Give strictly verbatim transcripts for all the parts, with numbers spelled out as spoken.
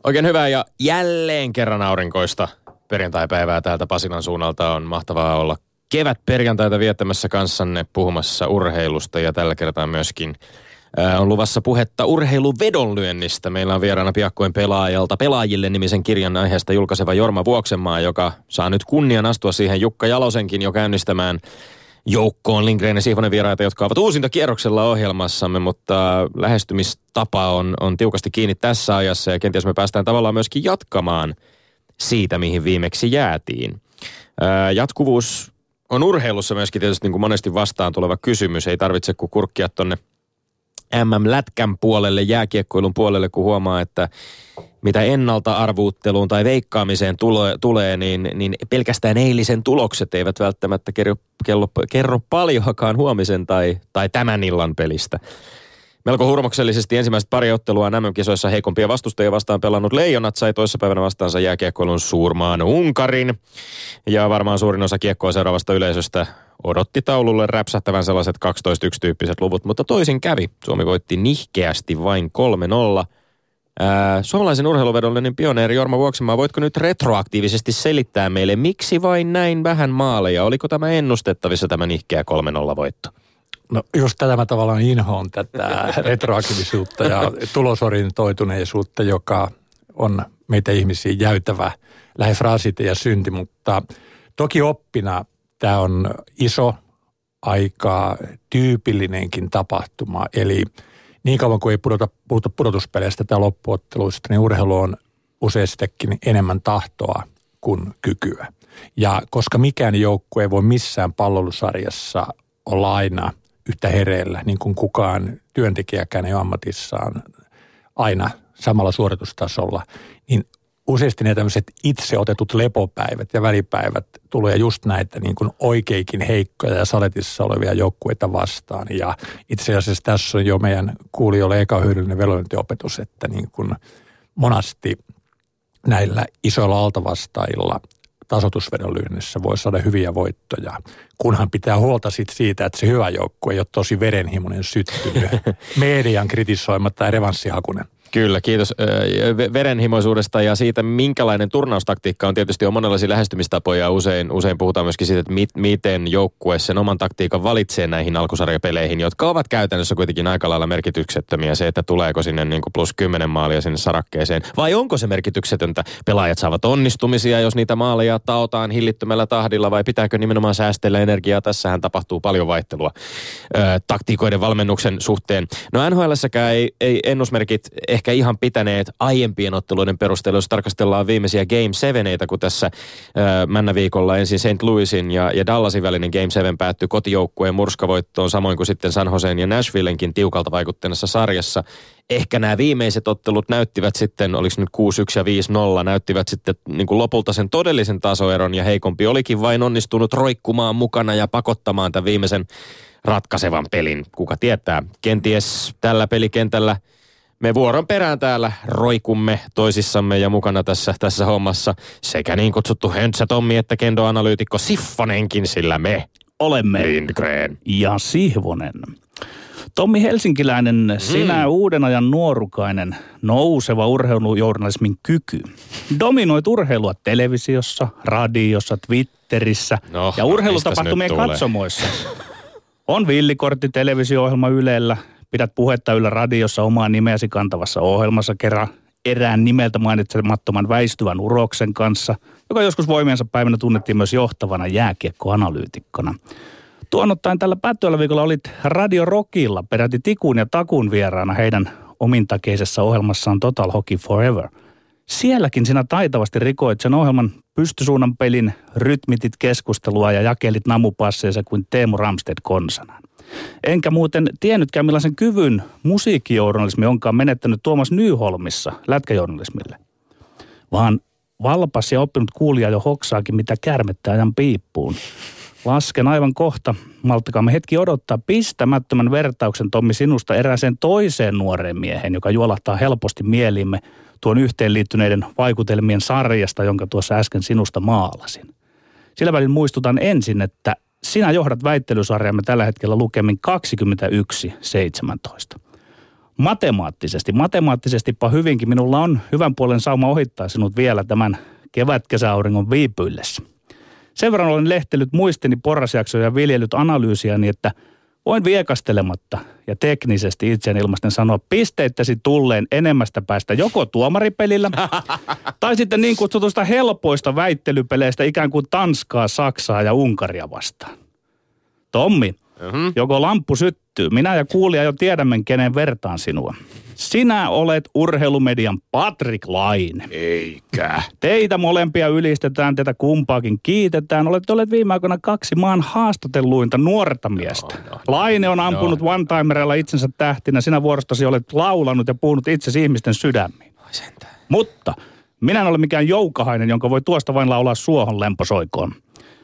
Oikein hyvää ja jälleen kerran aurinkoista perjantaipäivää täältä Pasilan suunnalta. On mahtavaa olla kevät perjantaita viettämässä kanssanne puhumassa urheilusta ja tällä kertaa myöskin ää, on luvassa puhetta urheiluvedonlyönnistä. Meillä on vieraana piakkoin pelaajalta pelaajille nimisen kirjan aiheesta julkaiseva Jorma Vuoksenmaa, joka saa nyt kunnian astua siihen Jukka Jalosenkin jo käynnistämään joukkoon Lindgren ja Sihvonen vieraita, jotka ovat uusinta kierroksella ohjelmassamme, mutta lähestymistapa on, on tiukasti kiinni tässä ajassa ja kenties me päästään tavallaan myöskin jatkamaan siitä, mihin viimeksi jäätiin. Ää, jatkuvuus on urheilussa myöskin tietysti niin kuin monesti vastaan tuleva kysymys. Ei tarvitse kuin kurkkia tonne M M-lätkän puolelle, jääkiekkoilun puolelle, kun huomaa, että mitä ennalta-arvuutteluun tai veikkaamiseen tule, tulee, niin, niin pelkästään eilisen tulokset eivät välttämättä kerro, kerro, kerro paljoakaan huomisen tai, tai tämän illan pelistä. Melko hurmoksellisesti ensimmäiset pari ottelua M M-kisoissa heikompia vastustajia vastaan pelannut Leijonat sai toissapäivänä vastaansa jääkiekkoilun suurmaan Unkarin. Ja varmaan suurin osa kiekkoa seuraavasta yleisöstä odotti taululle räpsähtävän sellaiset kaksitoista yksi tyyppiset luvut, mutta toisin kävi. Suomi voitti nihkeästi vain kolme nolla. Ää, suomalaisen urheiluvedonlyönnin pioneeri Jorma Vuoksenmaa, voitko nyt retroaktiivisesti selittää meille, miksi vain näin vähän maaleja? Oliko tämä ennustettavissa tämä nihkeä kolme nolla voitto? No just tätä mä tavallaan inhoon tätä retroaktiivisuutta ja tulosorientoituneisuutta, joka on meitä ihmisiä jäytävä lähes rasite ja synti, mutta toki oppina tämä on iso, aika tyypillinenkin tapahtuma, eli niin kauan kuin ei pudota, puhuta pudotuspeleistä tai loppuotteluista, niin urheilu on useastikin enemmän tahtoa kuin kykyä. Ja koska mikään joukkue ei voi missään palloilusarjassa olla aina yhtä hereillä, niin kuin kukaan työntekijäkään ei ole ammatissaan aina samalla suoritustasolla, niin useasti ne tämmöiset itse otetut lepopäivät ja välipäivät tulee just näitä niin kuin oikeikin heikkoja ja saletissa olevia joukkueita vastaan. Ja itse asiassa tässä on jo meidän kuulijoille eka hyödyllinen vedonlyöntiopetus, että niin kuin monasti näillä isoilla altavastaajilla tasoitusvedonlyönnissä voi saada hyviä voittoja, kunhan pitää huolta sit siitä, että se hyvä joukkue ei ole tosi verenhimoinen syttynyt, median kritisoima tai revanssihakunen. Kyllä, kiitos verenhimoisuudesta ja siitä, minkälainen turnaustaktiikka on. Tietysti on monenlaisia lähestymistapoja. Usein, usein puhutaan myöskin siitä, että mit, miten joukkue sen oman taktiikan valitsee näihin alkusarjapeleihin, jotka ovat käytännössä kuitenkin aika lailla merkityksettömiä. Se, että tuleeko sinne niin kuin plus kymmenen maalia sinne sarakkeeseen. Vai onko se merkityksetöntä? Pelaajat saavat onnistumisia, jos niitä maaleja taotaan hillittömällä tahdilla, vai pitääkö nimenomaan säästellä energiaa? Tässähän tapahtuu paljon vaihtelua ö, taktiikoiden valmennuksen suhteen. No N H L:ssäkään ei, ei ennusmerkit ehkä ihan pitäneet aiempien otteluiden perusteella, jos tarkastellaan viimeisiä Game seveneitä, kun tässä äh, männäviikolla ensin Saint Louisin ja, ja Dallasin välinen Game seven päättyi kotijoukkueen murskavoittoon, samoin kuin sitten San Joseen ja Nashvillenkin tiukalta vaikutteessa sarjassa. Ehkä nämä viimeiset ottelut näyttivät sitten, oliko nyt kuusi yksi ja viisi nolla, näyttivät sitten niin kuin lopulta sen todellisen tasoeron ja heikompi olikin vain onnistunut roikkumaan mukana ja pakottamaan tämän viimeisen ratkaisevan pelin. Kuka tietää, kenties tällä pelikentällä me vuoron perään täällä roikumme toisissamme ja mukana tässä, tässä hommassa sekä niin kutsuttu Höntsä Tommi että Kendo-analyytikko Siffonenkin, sillä me olemme Lindgren ja Sihvonen. Tommi Helsinkiläinen, hmm. sinä uuden ajan nuorukainen, nouseva urheilujournalismin kyky. Dominoit urheilua televisiossa, radiossa, Twitterissä no, ja urheilutapahtumien katsomoissa. On villikortti televisio-ohjelma Ylellä. Pidät puhetta Yle radiossa omaa nimeäsi kantavassa ohjelmassa kerran erään nimeltä mainitsemattoman väistyvän uroksen kanssa, joka joskus voimiensa päivänä tunnettiin myös johtavana jääkiekkoanalyytikkona. Tuonnottaen tällä päättyvällä viikolla olit Radio Rockilla peräti Tikun ja Takun vieraana heidän omintakeisessa ohjelmassaan Total Hockey Forever. Sielläkin sinä taitavasti rikoit sen ohjelman pystysuunnan pelin, rytmitit keskustelua ja jakelit namupasseja kuin Teemu Ramstedt konsanaan. Enkä muuten tiennytkään millaisen kyvyn musiikkijournalismi onkaan menettänyt Tuomas Nyholmissa lätkäjournalismille. Vaan valpas ja oppinut kuulija jo hoksaakin, mitä kärmettä ajan piippuun. Lasken aivan kohta, malttakaamme hetki odottaa pistämättömän vertauksen Tommi sinusta erääseen toiseen nuoreen mieheen, joka juolahtaa helposti mieliimme tuon yhteenliittyneiden vaikutelmien sarjasta, jonka tuossa äsken sinusta maalasin. Sillä välin muistutan ensin, että sinä johdat väittelysarjaamme tällä hetkellä lukemin kaksikymmentäyksi seitsemäntoista. matemaattisesti. Matemaattisestipa hyvinkin. Minulla on hyvän puolen sauma ohittaa sinut vielä tämän kevätkesäauringon viipyillessä. Sen verran olen lehtellyt muistini porrasjaksoja ja viljellyt analyysiäni, että voin viekastelematta ja teknisesti itseään ilmasten sanoa pisteittäsi tulleen enemmästä päästä joko tuomaripelillä tai sitten niin kutsutusta helpoista väittelypeleistä ikään kuin Tanskaa, Saksaa ja Unkaria vastaan. Tommi, mm-hmm. joko lamppu syttyy, minä ja kuulija jo tiedämme, kenen vertaan sinua. Sinä olet urheilumedian Patrik Laine. Eikä. Teitä molempia ylistetään, teitä kumpaakin kiitetään. Olette olleet viime aikoina kaksi maan haastatelluinta nuorta miestä. No, no. Laine on ampunut no. one-timerilla itsensä tähtinä. Sinä vuorostasi olet laulanut ja puhunut itsesi ihmisten sydämiin. Mutta minä en ole mikään joukahainen, jonka voi tuosta vain laulaa suohon lemposoikoon.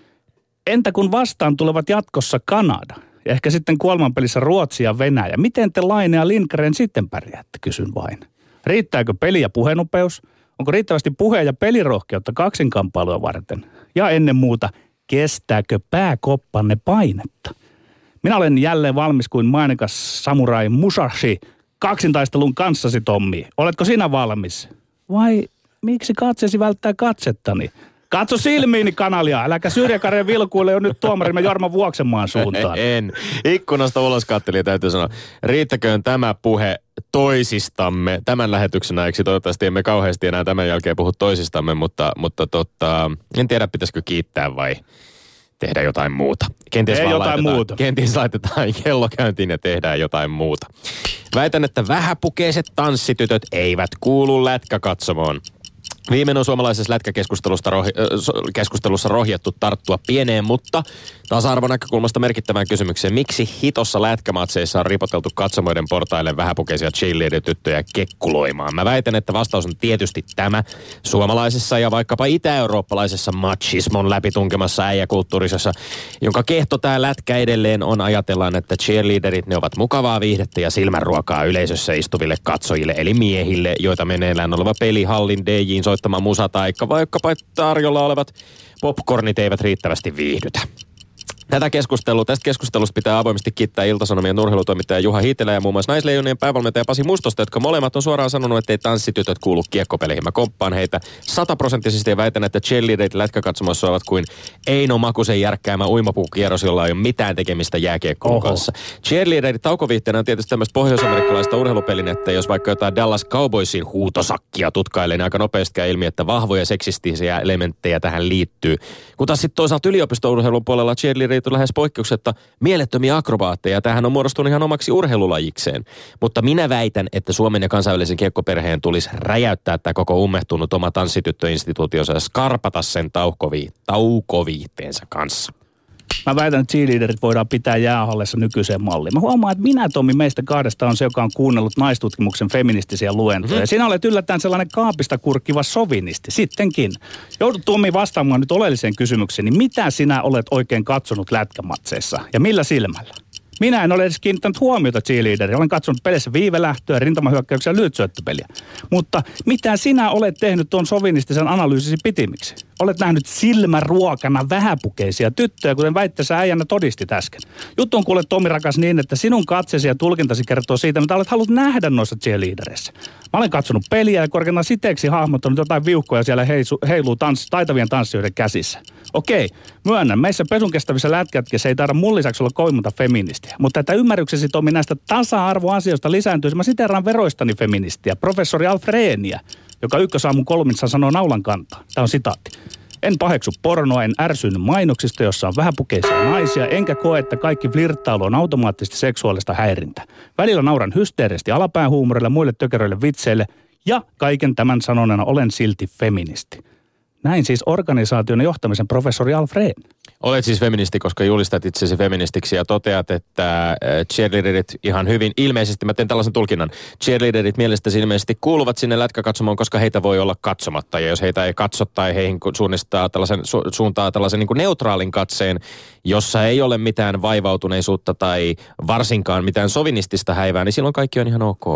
Entä kun vastaan tulevat jatkossa Kanada? Ja ehkä sitten kuolemanpelissä Ruotsi ja Venäjä. Miten te Laine ja Lindgren sitten pärjäätte, kysyn vain. Riittääkö peli ja puhenopeus? Onko riittävästi puhe- ja pelirohkeutta kaksinkamppailua varten? Ja ennen muuta, kestääkö pääkoppanne painetta? Minä olen jälleen valmis kuin mainikas samurai Musashi kaksintaistelun kanssasi, Tommi. Oletko sinä valmis? Vai miksi katsesi välttää katsettani? Katso silmiini, kanalia. Äläkä syrjäkareen vilkuille jo nyt tuomarimme Jorma Vuoksenmaan suuntaan. En. Ikkunasta ulos katselin, täytyy sanoa. Riittäköön tämä puhe toisistamme tämän lähetyksen ajaksi. Toivottavasti emme kauheasti enää tämän jälkeen puhu toisistamme, mutta, mutta tota, en tiedä, pitäisikö kiittää vai tehdä jotain muuta. Kenties Ei vaan jotain laitetaan, muuta. Kenties laitetaan kello käyntiin ja tehdään jotain muuta. Väitän, että vähäpukeiset tanssitytöt eivät kuulu lätkäkatsomoon. Viimein on suomalaisessa lätkäkeskustelussa rohi, keskustelussa rohjettu tarttua pieneen, mutta tasa-arvon näkökulmasta merkittävään kysymykseen. Miksi hitossa lätkämatseissa on ripoteltu katsomoiden portaille vähäpukeisia cheerleader-tyttöjä kekkuloimaan? Mä väitän, että vastaus on tietysti tämä. Suomalaisessa ja vaikkapa itä-eurooppalaisessa machismon läpitunkemassa äijäkulttuurisessa, jonka kehto tää lätkä edelleen on, ajatellaan, että cheerleaderit ne ovat mukavaa viihdettä ja silmänruokaa yleisössä istuville katsojille, eli miehille, joita meneillään oleva peli hallin D J:n soittama musa taikka vaikkapa tarjolla olevat popcornit eivät riittävästi viihdytä. Tätä keskustelua, tästä keskustelusta pitää avoimesti kiittää Ilta-Sanomien urheilutoimittaja Juha Hiitelä ja muun muassa Naisleijonien päävalmentaja Pasi Mustosta, jotka molemmat on suoraan sanonut, että ei tanssitytöt kuulu kiekkopeleihin. Mä komppaan heitä sataprosenttisesti ja väitän, että cheerleaderit lätkäkatsomoissa ovat kuin Eino Makusen järkkäämä uimapuukierros, jolla ei ole mitään tekemistä jääkiekkoon kanssa. Cheerleaderit taukoviitteenä on tietysti tämmöistä pohjois-amerikkalaista urheilupelinettä, jos vaikka jotain Dallas Cowboysin huutosakkia tutkailee, niin aika nopeasti käy ilmi, että vahvoja seksistisiä elementtejä tähän liittyy. Kun taas sitten toisaalta yliopisto-urheilun puolella cheerleaderit on lähes poikkeuksetta mielettömiä akrobaatteja. Tämähän on muodostunut ihan omaksi urheilulajikseen. Mutta minä väitän, että Suomen ja kansainvälisen kiekkoperheen tulisi räjäyttää tämä koko ummehtunut oma tanssityttöinstituutionsa ja skarpata sen taukovi- taukoviitteensa kanssa. Mä väitän, että cheerleaderit voidaan pitää jäähallissa nykyiseen malliin. Mä huomaan, että minä, Tommi, meistä kahdesta on se, joka on kuunnellut naistutkimuksen feministisiä luentoja. Mm-hmm. Sinä olet yllättäen sellainen kaapista kurkkiva sovinisti, sittenkin. Joudut, Tommi, vastaamaan nyt oleelliseen kysymykseen, niin mitä sinä olet oikein katsonut lätkämatseissa ja millä silmällä? Minä en ole edes kiinnittänyt huomiota cheerleaderiin. Olen katsonut pelissä viivelähtöä, rintamahyökkäyksiä ja lyhytsyöttöpeliä. Mutta mitä sinä olet tehnyt tuon sovinistisen analyysisi pitimiksi? Olet nähnyt silmäruokana vähäpukeisia tyttöjä, kuten väitteessä äijänä todistit äsken. Juttu on kuule, Tommi rakas, niin, että sinun katseesi ja tulkintasi kertoo siitä, mitä olet halunnut nähdä noissa cheerleadereissä. Mä olen katsonut peliä ja korkeintaan siteeksi hahmottanut jotain viuhkoja siellä heisu, heiluu tans, taitavien tanssijoiden käsissä. Okei, myönnän, meissä pesun kestävissä lätkätkissä ei taida mun lisäksi olla kovin monta feministiä. Mutta että ymmärryksesi, Tommi, näistä tasa-arvoasioista lisääntyisi, mä siteeraan veroistani feministiä, professori Alfreenia, joka ykkösaamun kolmissa sanoo naulan kantaa. Tämä on sitaatti. En paheksu pornoa, en ärsynyt mainoksista, jossa on vähäpukeisia naisia, enkä koe, että kaikki flirttailu on automaattisesti seksuaalista häirintää. Välillä nauran hysteerisesti alapäähuumorille, muille tökeröille vitseille, ja kaiken tämän sanonena olen silti feministi. Näin siis organisaation johtamisen professori Alfred. Olet siis feministi, koska julistat itsesi feministiksi ja toteat, että cheerleaderit ihan hyvin, ilmeisesti mä teen tällaisen tulkinnan, cheerleaderit mielestäsi ilmeisesti kuuluvat sinne lätkäkatsomoon, koska heitä voi olla katsomatta. Ja jos heitä ei katso tai heihin suunnistaa tällaisen, su, suuntaa tällaisen niin kuin neutraalin katseen, jossa ei ole mitään vaivautuneisuutta tai varsinkaan mitään sovinistista häivää, niin silloin kaikki on ihan ok.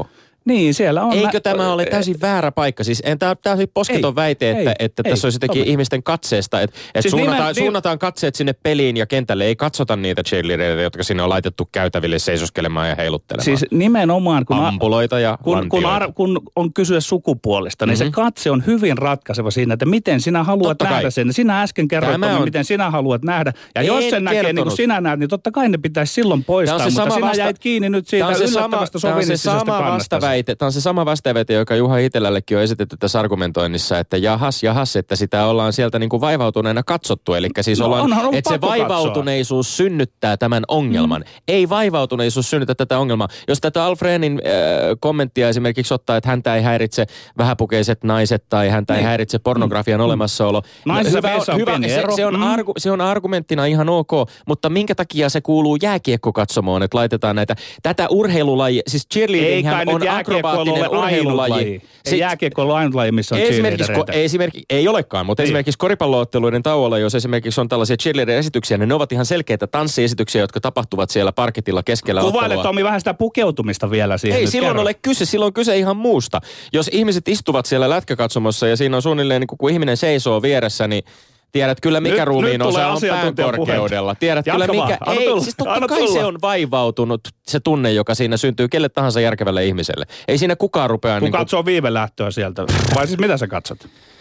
Niin, siellä on... Eikö tämä ole täysin väärä paikka? Siis en, tämä on täysin posketon ei, väite, että, ei, että ei, tässä olisi jotenkin ihmisten katseesta, että, että siis suunnataan, nimen, suunnataan katseet sinne peliin ja kentälle. Ei katsota niitä cheerleadereita, jotka sinne on laitettu käytäville seisoskelemaan ja heiluttelemaan. Siis nimenomaan, kun, ampuloita ja kun, kun, ar, kun on kysyä sukupuolesta, niin mm-hmm. se katse on hyvin ratkaiseva siinä, että miten sinä haluat totta nähdä kai. Sen. Sinä äsken kerroit, on... miten sinä haluat nähdä. Ja en jos sen näkee niin kuin sinä näet, niin totta kai ne pitäisi silloin poistaa, mutta sinä vasta... jäit kiinni nyt siitä yllättävästä sovinnistisesta kannasta. Tämä on se sama vastaväite, joka Juha Itälällekin on esitetty tässä argumentoinnissa, että jahas, jahas, että sitä ollaan sieltä niin kuin vaivautuneena katsottu. Eli siis no, ollaan, että se vaivautuneisuus katsoa. synnyttää tämän ongelman. Mm. Ei vaivautuneisuus synnytä tätä ongelmaa. Jos tätä Alfredin äh, kommenttia esimerkiksi ottaa, että häntä ei häiritse vähäpukeiset naiset tai häntä ei, ei häiritse pornografian mm. olemassaolo. Naisessa hyvä, on, hyvä, pieni se, ero. Se, on mm. argu, se on argumenttina ihan ok, mutta minkä takia se kuuluu jääkiekkokatsomoon, että laitetaan näitä, tätä urheilulajia, siis cheerleadinghän on akrobaattinen urheilulaji. Ei jääkiekko ole ainut laji, missä on cheerleadereitä. Esimerkiksi, ei olekaan, mutta niin. esimerkiksi koripallootteluiden tauolla, jos esimerkiksi on tällaisia cheerleader-esityksiä, niin ne ovat ihan selkeitä tanssiesityksiä, jotka tapahtuvat siellä parketilla keskellä ottelua. Kuvaile, Tomi, vähän sitä pukeutumista vielä siihen. Ei, silloin kerro. ole kyse, silloin on kyse ihan muusta. Jos ihmiset istuvat siellä lätkäkatsomossa ja siinä on suunnilleen, niin kun ihminen seisoo vieressä, niin tiedät kyllä mikä nyt, ruumiin nyt osa on pään korkeudella. Tiedät Jatka kyllä mikä... Ei, tulla. siis totta Anna kai tulla. Se on vaivautunut se tunne, joka siinä syntyy kelle tahansa järkevälle ihmiselle. Ei siinä kukaan rupea... Kun niin katsoo viivelähtöä sieltä. Vai siis mitä sä katsot?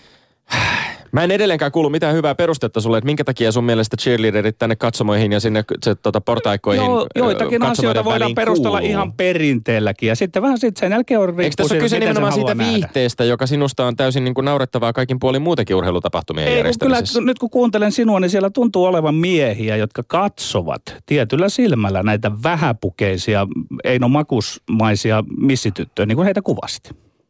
Mä en edelleenkään kuulu mitään hyvää perustetta sulle, että minkä takia sun mielestä cheerleaderit tänne katsomoihin ja sinne se, tota, portaikkoihin Joo, joitakin asioita voidaan perustella kuuluu. Ihan perinteelläkin. Ja sitten vähän sitten sen jälkeen on riippuu. Eikö tässä ole kyse nimenomaan siitä viihteestä, joka sinusta on täysin niin kuin naurettavaa kaikin puolin muutenkin urheilutapahtumien Ei, järjestämisessä? Kyllä, nyt kun kuuntelen sinua, niin siellä tuntuu olevan miehiä, jotka katsovat tietyllä silmällä näitä vähäpukeisia, Eino Makusmaisia missityttöjä, niin kuin heitä kuvasti.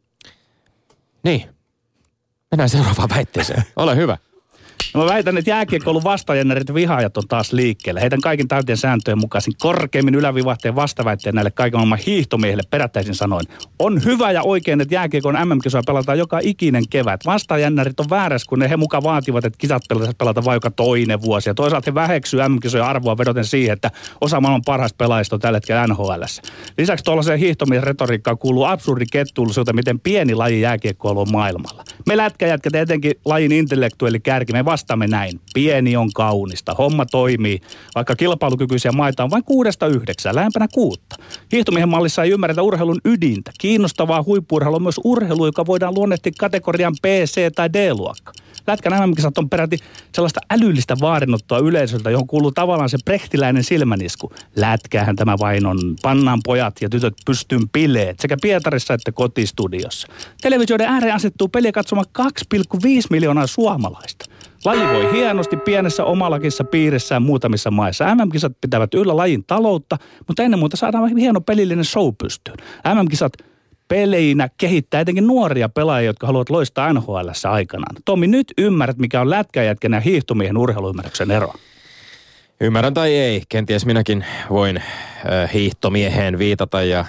Niin. Mennään seuraavaan väitteeseen. Ole hyvä. No mä väitän, että jääkiekkoilun vastajännärit vihaajat on taas liikkeellä. Heitän kaikin täytien sääntöjen mukaisin korkeimmin ylävivahteen vastaväitteen näille kaiken maailman hiihtomiehille perättäisin sanoin. On hyvä ja oikein, että jääkiekon M M-kisoja pelataan joka ikinen kevät. Vastajännärit on väärässä, kun ne he mukaan vaativat, että kisat pelataan vain joka toinen vuosi. Ja toisaalta he väheksyy M M-kisojen arvoa vedoten siihen, että osa maailman parhaista pelaajista on tällä hetkellä N H L:ssä. Lisäksi tuollaiseen hiihtomiehen retoriikkaan kuuluu absurdi kettuullisuutta, miten pieni laji jääkiekkoilu on maailmalla. Me lätkäjätkät etenkin lajin intellektuelli kärki, me vastaamme näin. Pieni on kaunista. Homma toimii. Vaikka kilpailukykyisiä maita on vain kuudesta yhdeksään, lähempänä kuutta. Hiihtomiehen mallissa ei ymmärretä urheilun ydintä. Kiinnostavaa huippu-urheilu on myös urheilu, joka voidaan luonnehtia kategorian B, C tai D-luokka. Lätkän M M-kisat on peräti sellaista älyllistä vaadinottoa yleisöltä, johon kuuluu tavallaan se brechtiläinen silmänisku. Lätkähän tämä vain on. Pannaan pojat ja tytöt pystyyn bileet sekä Pietarissa että kotistudiossa. Televisioiden ääreen asettuu peliä katsomaan kaksi pilkku viisi miljoonaa suomalaista. Laji voi hienosti pienessä omalakissa piirissään muutamissa maissa. M M-kisat pitävät yllä lajin taloutta, mutta ennen muuta saadaan hieno pelillinen show pystyyn. M M-kisat peleinä kehittää etenkin nuoria pelaajia, jotka haluavat loistaa N H L:ssä aikanaan. Tomi, nyt ymmärrät, mikä on lätkäjätkän ja hiihtomiehen urheiluymmärryksen ero. Ymmärrän tai ei. Kenties minäkin voin äh, hiihtomieheen viitata ja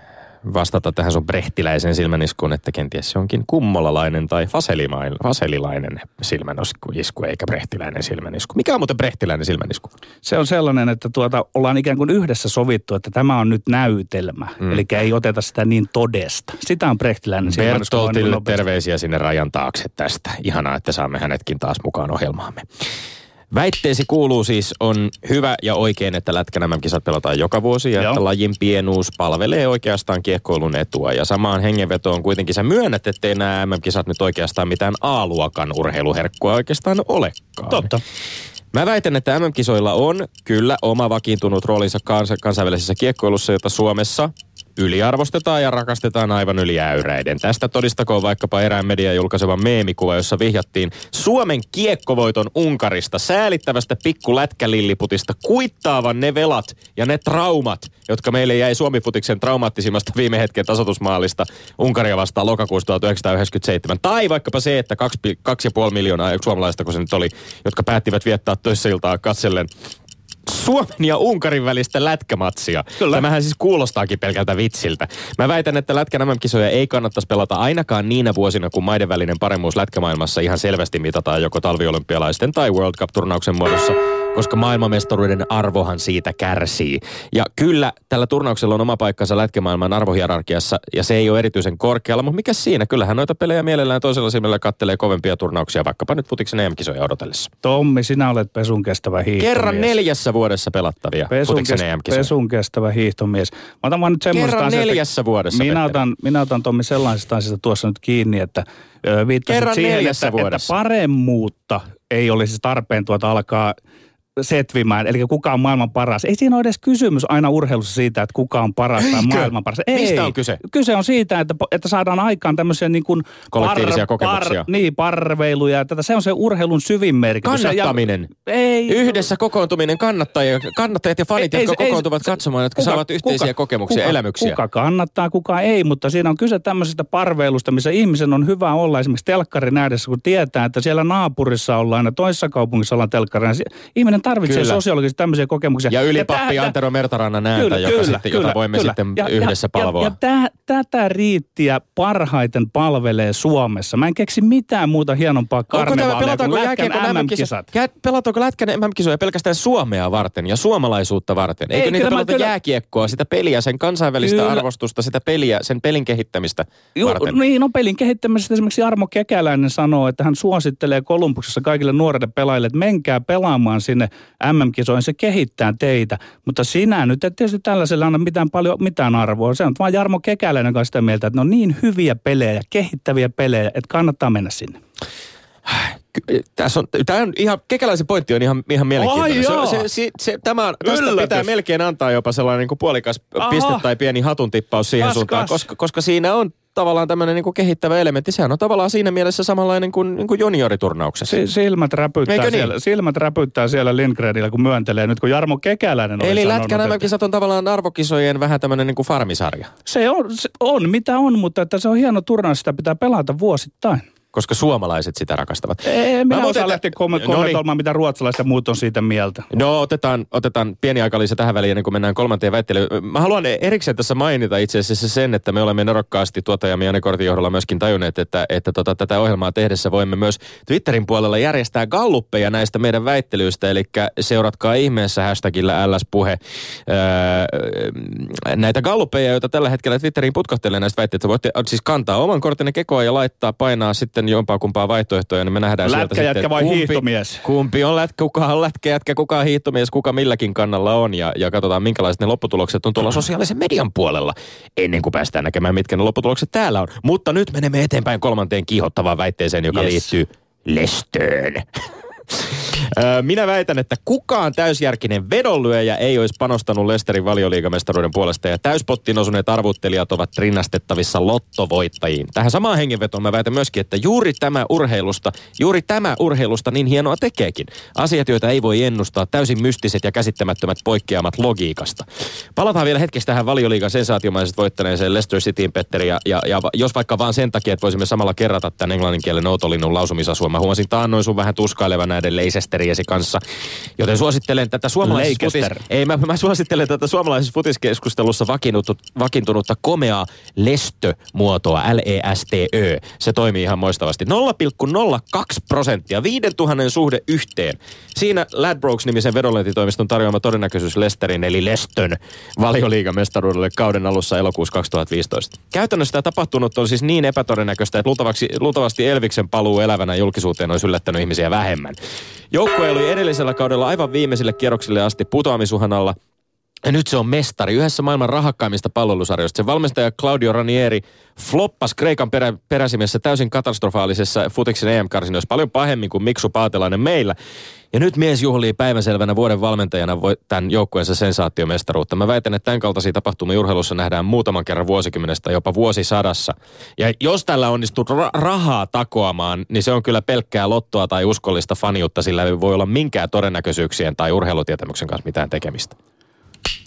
vastata tähän sun brehtiläisen silmäniskuun, että kenties se onkin kummolalainen tai faselilainen silmänisku, eikä brehtiläinen silmänisku. Mikä on muuten brehtiläinen silmänisku? Se on sellainen, että tuota, ollaan ikään kuin yhdessä sovittu, että tämä on nyt näytelmä. Mm. Eli ei oteta sitä niin todesta. Sitä on brehtiläinen silmänisku. Bertoltille niin terveisiä sinne rajan taakse tästä. Ihanaa, että saamme hänetkin taas mukaan ohjelmaamme. Väitteesi kuuluu siis, on hyvä ja oikein, että Lätkän M M-kisat pelataan joka vuosi ja Joo. että lajin pienuus palvelee oikeastaan kiekkoilun etua. Ja samaan hengenvetoon kuitenkin sä myönnät, ettei nämä M M-kisat nyt oikeastaan mitään A-luokan urheiluherkkua oikeastaan olekaan. Totta. Mä väitän, että M M-kisoilla on kyllä oma vakiintunut roolinsa kans- kansainvälisessä kiekkoilussa, jota Suomessa yliarvostetaan ja rakastetaan aivan yli äyräiden. Tästä todistakoon vaikkapa erään median julkaiseva meemikuva, jossa vihjattiin Suomen kiekkovoiton Unkarista säälittävästä pikkulätkälilliputista kuittaavan ne velat ja ne traumat, jotka meille jäi Suomi-futiksen traumaattisimmasta viime hetken tasoitusmaalista Unkaria vastaan lokakuussa tuhatyhdeksänsataayhdeksänkymmentäseitsemän. Tai vaikkapa se, että kaksi, kaksi ja puoli miljoonaa suomalaista, kun se nyt oli, jotka päättivät viettää töissäiltaa katsellen Suomen ja Unkarin välistä lätkämatsia. Kyllä. Tämähän siis kuulostaakin pelkältä vitsiltä. Mä väitän, että Lätkän M M-kisoja ei kannattaisi pelata ainakaan niinä vuosina, kun maiden välinen paremmuus lätkämaailmassa ihan selvästi mitataan joko talviolympialaisten tai World Cup-turnauksen muodossa, koska maailmanmestaruuden arvohan siitä kärsii. Ja kyllä tällä turnauksella on oma paikkansa lätkämaailman arvohierarkiassa, ja se ei ole erityisen korkealla, mutta mikä siinä? Kyllähän noita pelejä mielellään toisella silmällä kattelee kovempia turnauksia, vaikkapa nyt futiksen E M-kisoja odotellessa. Tommi, sinä olet pesun kestävä hiihtomies. Kerran neljässä vuodessa pelattavia pesun futiksen E M-kisoja. Pesun kestävä hiihtomies. Mä otan vaan nyt semmoista Kerran asiasta, neljässä vuodessa. Minä otan, minä otan Tommi sellaisesta asiasta tuossa nyt kiinni, että ö, viittasit siihen, että, että paremmuutta ei olisi tarpeen tuota alkaa setvimään, eli kuka on maailman paras. Ei siinä ole edes kysymys aina urheilussa siitä, että kuka on paras tai maailman paras. Ei. Mistä on kyse? Kyse on siitä, että, että saadaan aikaan tämmöisiä niin kuin kollektiivisia par, kokemuksia. Par, niin, parveiluja. Tätä, se on se urheilun syvin merkitys. Kannattaminen. Ja, ei. Yhdessä kokoontuminen, kannattajat, kannattajat ja fanit, ei, jotka ei, kokoontuvat ei, katsomaan, jotka kuka, saavat yhteisiä kuka, kokemuksia, kuka, elämyksiä. Kuka kannattaa, kuka ei, mutta siinä on kyse tämmöisestä parveilusta, missä ihmisen on hyvä olla esimerkiksi telkkarin ääressä, kun tietää, että siellä naapurissa ollaan ja toisessa kaupungissa ollaan telkkarina. Ihminen tarvitsee sosiologisesti tämmöisiä kokemuksia. Ja ylipappi ja Antero Mertarannan ääntä, kyllä, joka kyllä, sitten, kyllä, jota voimme kyllä. sitten ja, yhdessä ja, palvoa. Ja, ja tä, tätä riittiä parhaiten palvelee Suomessa. Mä en keksi mitään muuta hienompaa karnevaalia kuin Lätkän M M-kisat. Pelataanko Lätkän M M-kisoja pelkästään Suomea varten ja suomalaisuutta varten? Eikö Ei, niitä pelata kyllä, jääkiekkoa, sitä peliä, sen kansainvälistä kyllä. arvostusta, sitä peliä, sen pelin kehittämistä Joo, varten? Niin, no pelin kehittämisestä esimerkiksi Jarmo Kekäläinen sanoo, että hän suosittelee Kolumbuksessa kaikille nuorille pelaajille, että menkää pelaamaan sinne M M-kisoihin, se kehittää teitä. Mutta sinä nyt et tietysti tällaisella anna mitään paljon mitään arvoa. Se on vaan Jarmo Kekäläinen kanssa sitä mieltä, että ne on niin hyviä pelejä, kehittäviä pelejä, että kannattaa mennä sinne. Tässä on, tämä on ihan, Kekäläisen pointti on ihan, ihan mielenkiintoinen. Se, se, se, se, tämä, tästä pitää melkein antaa jopa sellainen niin kuin puolikas Aha. piste tai pieni hatun tippaus siihen kas, suuntaan, kas. Koska, koska siinä on tavallaan tämmöinen niin kuin kehittävä elementti. Sehän on tavallaan siinä mielessä samanlainen kuin, niin kuin junioriturnauksessa. Si- silmät, räpyttää niin? siellä, silmät räpyttää siellä Lindgrenillä, kun myöntelee nyt, kun Jarmo Kekäläinen oli Eli sanonut. Lätkän M M-kisat on tavallaan arvokisojen vähän tämmöinen niin kuin farmisarja. Se on, se on, mitä on, mutta että se on hieno turnaus, sitä pitää pelata vuosittain. Koska suomalaiset sitä rakastavat. Ei, minä osaan lähteä kommentoimaan, no, mitä ruotsalaiset ja muut on siitä mieltä. No otetaan, otetaan pieni aikalisä tähän väliin, ennen kuin mennään kolmanteen väittelyyn. Mä haluan erikseen tässä mainita itse asiassa sen, että me olemme nerokkaasti tuottajamme Janne Kortin johdolla myöskin tajunneet, että, että tota, tätä ohjelmaa tehdessä voimme myös Twitterin puolella järjestää galluppeja näistä meidän väittelyistä, eli seuratkaa ihmeessä hashtagillä L S-puhe. Öö, näitä galluppeja, joita tällä hetkellä Twitteriin putkahtelee näistä väitteistä, voitte siis kantaa oman kortinne kekoa ja laittaa, painaa sitten jompaa kumpaa vaihtoehtoja, niin me nähdään sieltä sitten, lätkäjätkä vai kumpi, hiihtomies? Kumpi on lätkä, kuka on lätkäjätkä, kuka on hiihtomies, kuka milläkin kannalla on, ja, ja katsotaan minkälaiset ne lopputulokset on tuolla sosiaalisen median puolella, ennen kuin päästään näkemään, mitkä ne lopputulokset täällä on. Mutta nyt menemme eteenpäin kolmanteen kiihottavaan väitteeseen, joka yes. liittyy Lestöön. Minä väitän, että kukaan täysjärkinen vedonlyöjä ei olisi panostanut Leicesterin valioliigamestaruuden puolesta ja täyspottiin osuneet arvuttelijat ovat rinnastettavissa lottovoittajiin. Tähän samaan hengenvetoon mä väitän myöskin, että juuri tämä urheilusta, juuri tämä urheilusta niin hienoa tekeekin. Asiat, joita ei voi ennustaa, täysin mystiset ja käsittämättömät poikkeamat logiikasta. Palataan vielä hetkeksi tähän valioliigan sensaatiomaisesti voittaneeseen Leicester Cityin, Petteri, ja, ja, ja jos vaikka vaan sen takia, että voisimme samalla kerrata tämän englannin kielen outolinnun lausumisasua. Mä huomasin taannoin sun vähän tuskailevan näiden Leicesteriesi kanssa, joten suosittelen tätä suomalaisessa futis... Ei, mä, mä suosittelen tätä suomalaisessa futiskeskustelussa vakiintunutta komeaa Lestö-muotoa, L E S T Ö. Se toimii ihan moistavasti. nolla pilkku nolla kaksi prosenttia, viisituhatta suhde yhteen. Siinä Ladbrokes-nimisen vedonlyöntitoimiston tarjoama todennäköisyys Leicesterin eli Lestön valioliigamestaruudelle kauden alussa elokuussa kaksituhattaviisitoista. Käytännössä tämä tapahtunut on siis niin epätodennäköistä, että luultavasti Elviksen paluu elävänä julkisuuteen olisi yllättänyt ihmisiä vähemmän. Joukkue oli edellisellä kaudella aivan viimeisille kierroksille asti putoamisuhan alla. Ja nyt se on mestari yhdessä maailman rahakkaimmista palvelusarjoista. Sen valmentaja Claudio Ranieri floppasi Kreikan perä, peräsimessä täysin katastrofaalisessa futiksen E M-karsinoissa paljon pahemmin kuin Miksu Paatelainen meillä. Ja nyt mies juhlii päivänselvänä vuoden valmentajana tämän joukkueensa sensaatiomestaruutta. Mä väitän, että tämän kaltaisia tapahtumia urheilussa nähdään muutaman kerran vuosikymmenestä, jopa vuosisadassa. Ja jos tällä onnistuu ra- rahaa takoamaan, niin se on kyllä pelkkää lottoa tai uskollista faniutta, sillä ei voi olla minkään todennäköisyyksien tai urheilutietämyksen kanssa mitään tekemistä.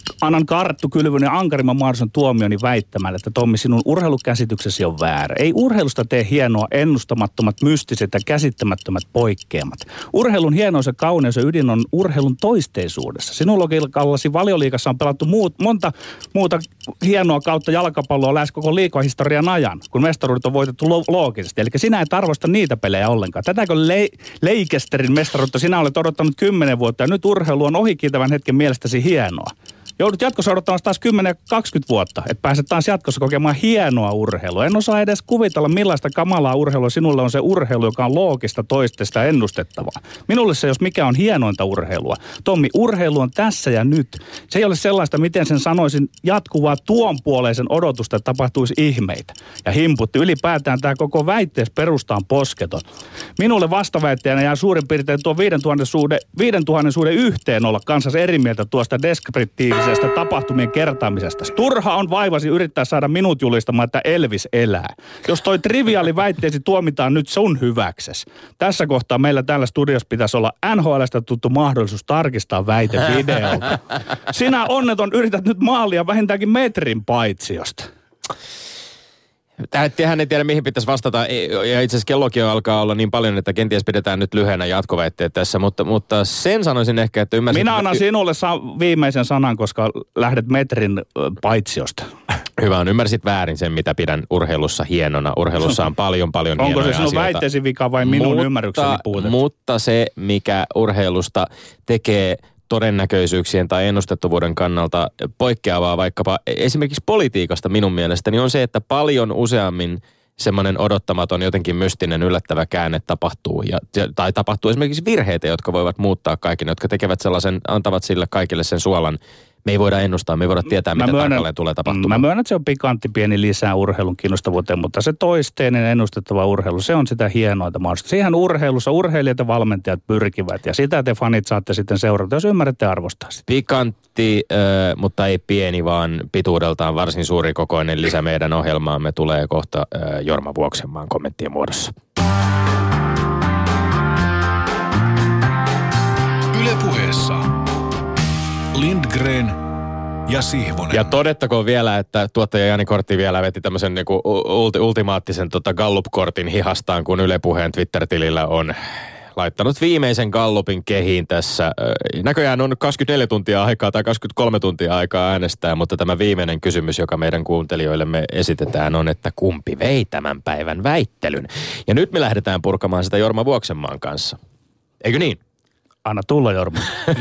annan Karttu Kylvynen ankarimman mahdollisen tuomioni väittämään, että Tommi, sinun urheilukäsityksesi on väärä. Ei urheilusta tee hienoa ennustamattomat, mystiset ja käsittämättömät poikkeamat. Urheilun hienous ja kauneus ja ydin on urheilun toisteisuudessa. Sinun logiikallasi Valioliigassa on pelattu muut, monta muuta hienoa kautta jalkapalloa lähes koko liigahistorian ajan, kun mestaruudet on voitettu lo- loogisesti. Eli sinä et arvosta niitä pelejä ollenkaan. Tätäkö le- Leikesterin mestaruutta sinä olet odottanut kymmenen vuotta ja nyt urheilu on ohikiitävän hetken mielestäsi hienoa. Joudut jatkossa odottamaan taas kymmenen kaksikymmentä vuotta, että pääset taas jatkossa kokemaan hienoa urheilua. En osaa edes kuvitella, millaista kamalaa urheilua sinulle on se urheilu, joka on loogista, toisteista ja ennustettavaa. Minulle se, jos mikä on hienointa urheilua. Tommi, urheilu on tässä ja nyt. Se ei ole sellaista, miten sen sanoisin, jatkuvaa tuonpuoleisen odotusta, että tapahtuisi ihmeitä. Ja himputti. Ylipäätään tämä koko väittees perustaan posketon. Minulle vastaväittäjänä jää suurin piirtein tuo viidentuhannen suhde, viidentuhannen suhde yhteen olla kanssasi eri mieltä tuosta deskriptiivisesta tapahtumien kertaamisesta. Turha on vaivasi yrittää saada minut julistamaan, että Elvis elää. Jos toi triviaali väitteesi tuomitaan nyt sun hyväkses. Tässä kohtaa meillä täällä studiossa pitäisi olla N H L:stä tuttu mahdollisuus tarkistaa väite videolta. Sinä onneton yrität nyt maalia vähintäänkin metrin paitsiosta. Tähän ei tiedä, mihin pitäisi vastata. Ja itse asiassa kellokin alkaa olla niin paljon, että kenties pidetään nyt lyhyenä jatkoväitteet tässä. Mutta, mutta sen sanoisin ehkä, että ymmärsin... Minä annan sinulle sa- viimeisen sanan, koska lähdet metrin paitsiosta. Hyvä on. Ymmärsit väärin sen, mitä pidän urheilussa hienona. Urheilussa on paljon, paljon Onko hienoja se sinun asioita. väitteesi vika vai minun mutta, ymmärrykseni puutetta? Mutta se, mikä urheilusta tekee todennäköisyyksien tai ennustettavuuden kannalta poikkeavaa vaikkapa esimerkiksi politiikasta minun mielestäni on se, että paljon useammin semmoinen odottamaton, jotenkin mystinen, yllättävä käänne tapahtuu. Ja, tai tapahtuu esimerkiksi virheitä, jotka voivat muuttaa kaiken, jotka tekevät sellaisen, antavat sille kaikille sen suolan. Me ei voida ennustaa, me ei voida tietää, mitä myönnän, tarkalleen tulee tapahtumaan. Mä myönnän, että se on pikantti pieni lisää urheilun kiinnostavuuteen, mutta se toisteinen ennustettava urheilu, se on sitä hienointa mahdollista. Siihen urheilussa urheilijat ja valmentajat pyrkivät ja sitä te fanit saatte sitten seurata, jos ymmärrätte arvostaa sitä. Pikantti, äh, mutta ei pieni, vaan pituudeltaan varsin suuri kokoinen lisä meidän ohjelmaamme tulee kohta äh, Jorma Vuoksenmaan kommenttien muodossa. Yle Puheessa Lindgren ja Sihvonen. Ja todettakoon vielä, että tuottaja Jani Kortti vielä veti tämmöisen niinku ulti, ultimaattisen tota Gallup-kortin hihastaan, kun Yle Puheen Twitter-tilillä on laittanut viimeisen Gallupin kehiin tässä. Näköjään on kaksikymmentäneljä tuntia aikaa tai kaksikymmentäkolme tuntia aikaa äänestää, mutta tämä viimeinen kysymys, joka meidän kuuntelijoillemme esitetään, on, että kumpi vei tämän päivän väittelyn. Ja nyt me lähdetään purkamaan sitä Jorma Vuoksenmaan kanssa. Eikö niin? Anna tulla, Jorma.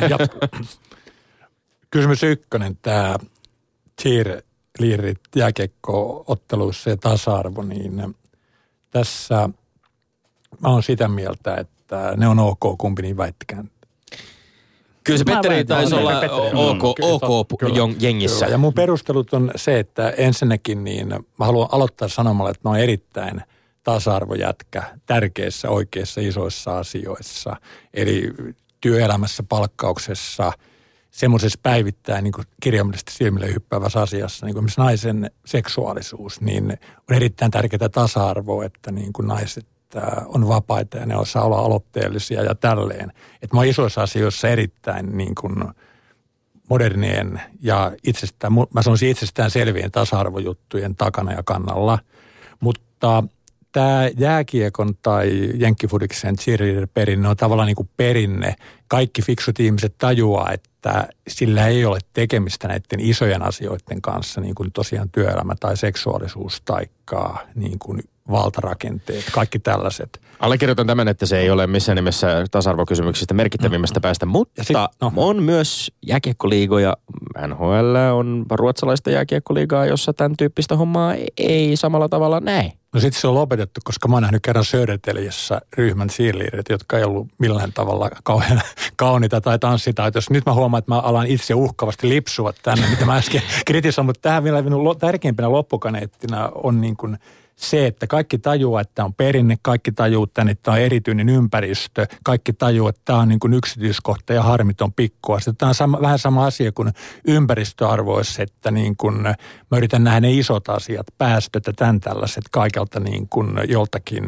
Kysymys ykkönen, tämä cheerleaderit jääkiekko-otteluissa ja tasa-arvo, niin tässä mä oon sitä mieltä, että ne on ok, kumpi niin väittikään. Kyllä se Petteri taisi olla ok, ok jengissä. Kyllä. Ja mun perustelut on se, että ensinnäkin niin mä haluan aloittaa sanomalla, että ne on erittäin tasa-arvojätkä tärkeissä, oikeissa, isoissa asioissa. Eli työelämässä, palkkauksessa, semmoisessa päivittäin niin kirjaimellisesti silmille hyppäävässä asiassa, niin kuin esimerkiksi naisen seksuaalisuus, niin on erittäin tärkeää tasa-arvoa, että niin kuin naiset on vapaita ja ne osaa olla aloitteellisia ja tälleen. Että mä oon isoissa asioissa erittäin niin kuin modernien ja itsestään, mä sanoisin itsestään selvien tasa-arvojuttujen takana ja kannalla, mutta tämä jääkiekon tai jenkkifudiksen cheerleader-perinne on tavallaan niin kuin perinne. Kaikki fiksut ihmiset tajuaa, että sillä ei ole tekemistä näiden isojen asioiden kanssa, niin kuin tosiaan työelämä tai seksuaalisuus tai niin kuin valtarakenteet, kaikki tällaiset. Allekirjoitan tämän, että se ei ole missään nimessä tasa-arvokysymyksistä merkittävimmästä no, päästä, mutta sit, no. on myös jääkiekkoliigoja, N H L on ruotsalaista jääkiekkoliigaa, jossa tämän tyyppistä hommaa ei samalla tavalla näe. No sitten se on lopetettu, koska mä oon nähnyt kerran Södertäljissä ryhmän cheerleaderit, jotka ei ollut millään tavalla kauhean kauniita tai tanssitaitoisia. Nyt mä huomaan, että mä alan itse uhkavasti lipsua tänne, mitä mä äsken kritisoin, mutta tähän vielä minun tärkeimpänä loppukaneettina on niin kuin se, että kaikki tajuaa, että tämä on perinne, kaikki tajuaa, että tämä on erityinen ympäristö, kaikki tajuaa, että tämä on niin kuin yksityiskohta ja harmiton pikkuasia. Tämä on sama, vähän sama asia kuin ympäristöarvoissa, että niin kuin mä yritän nähdä ne isot asiat, päästöt ja tämän tällaiset kaikelta niin kuin joltakin.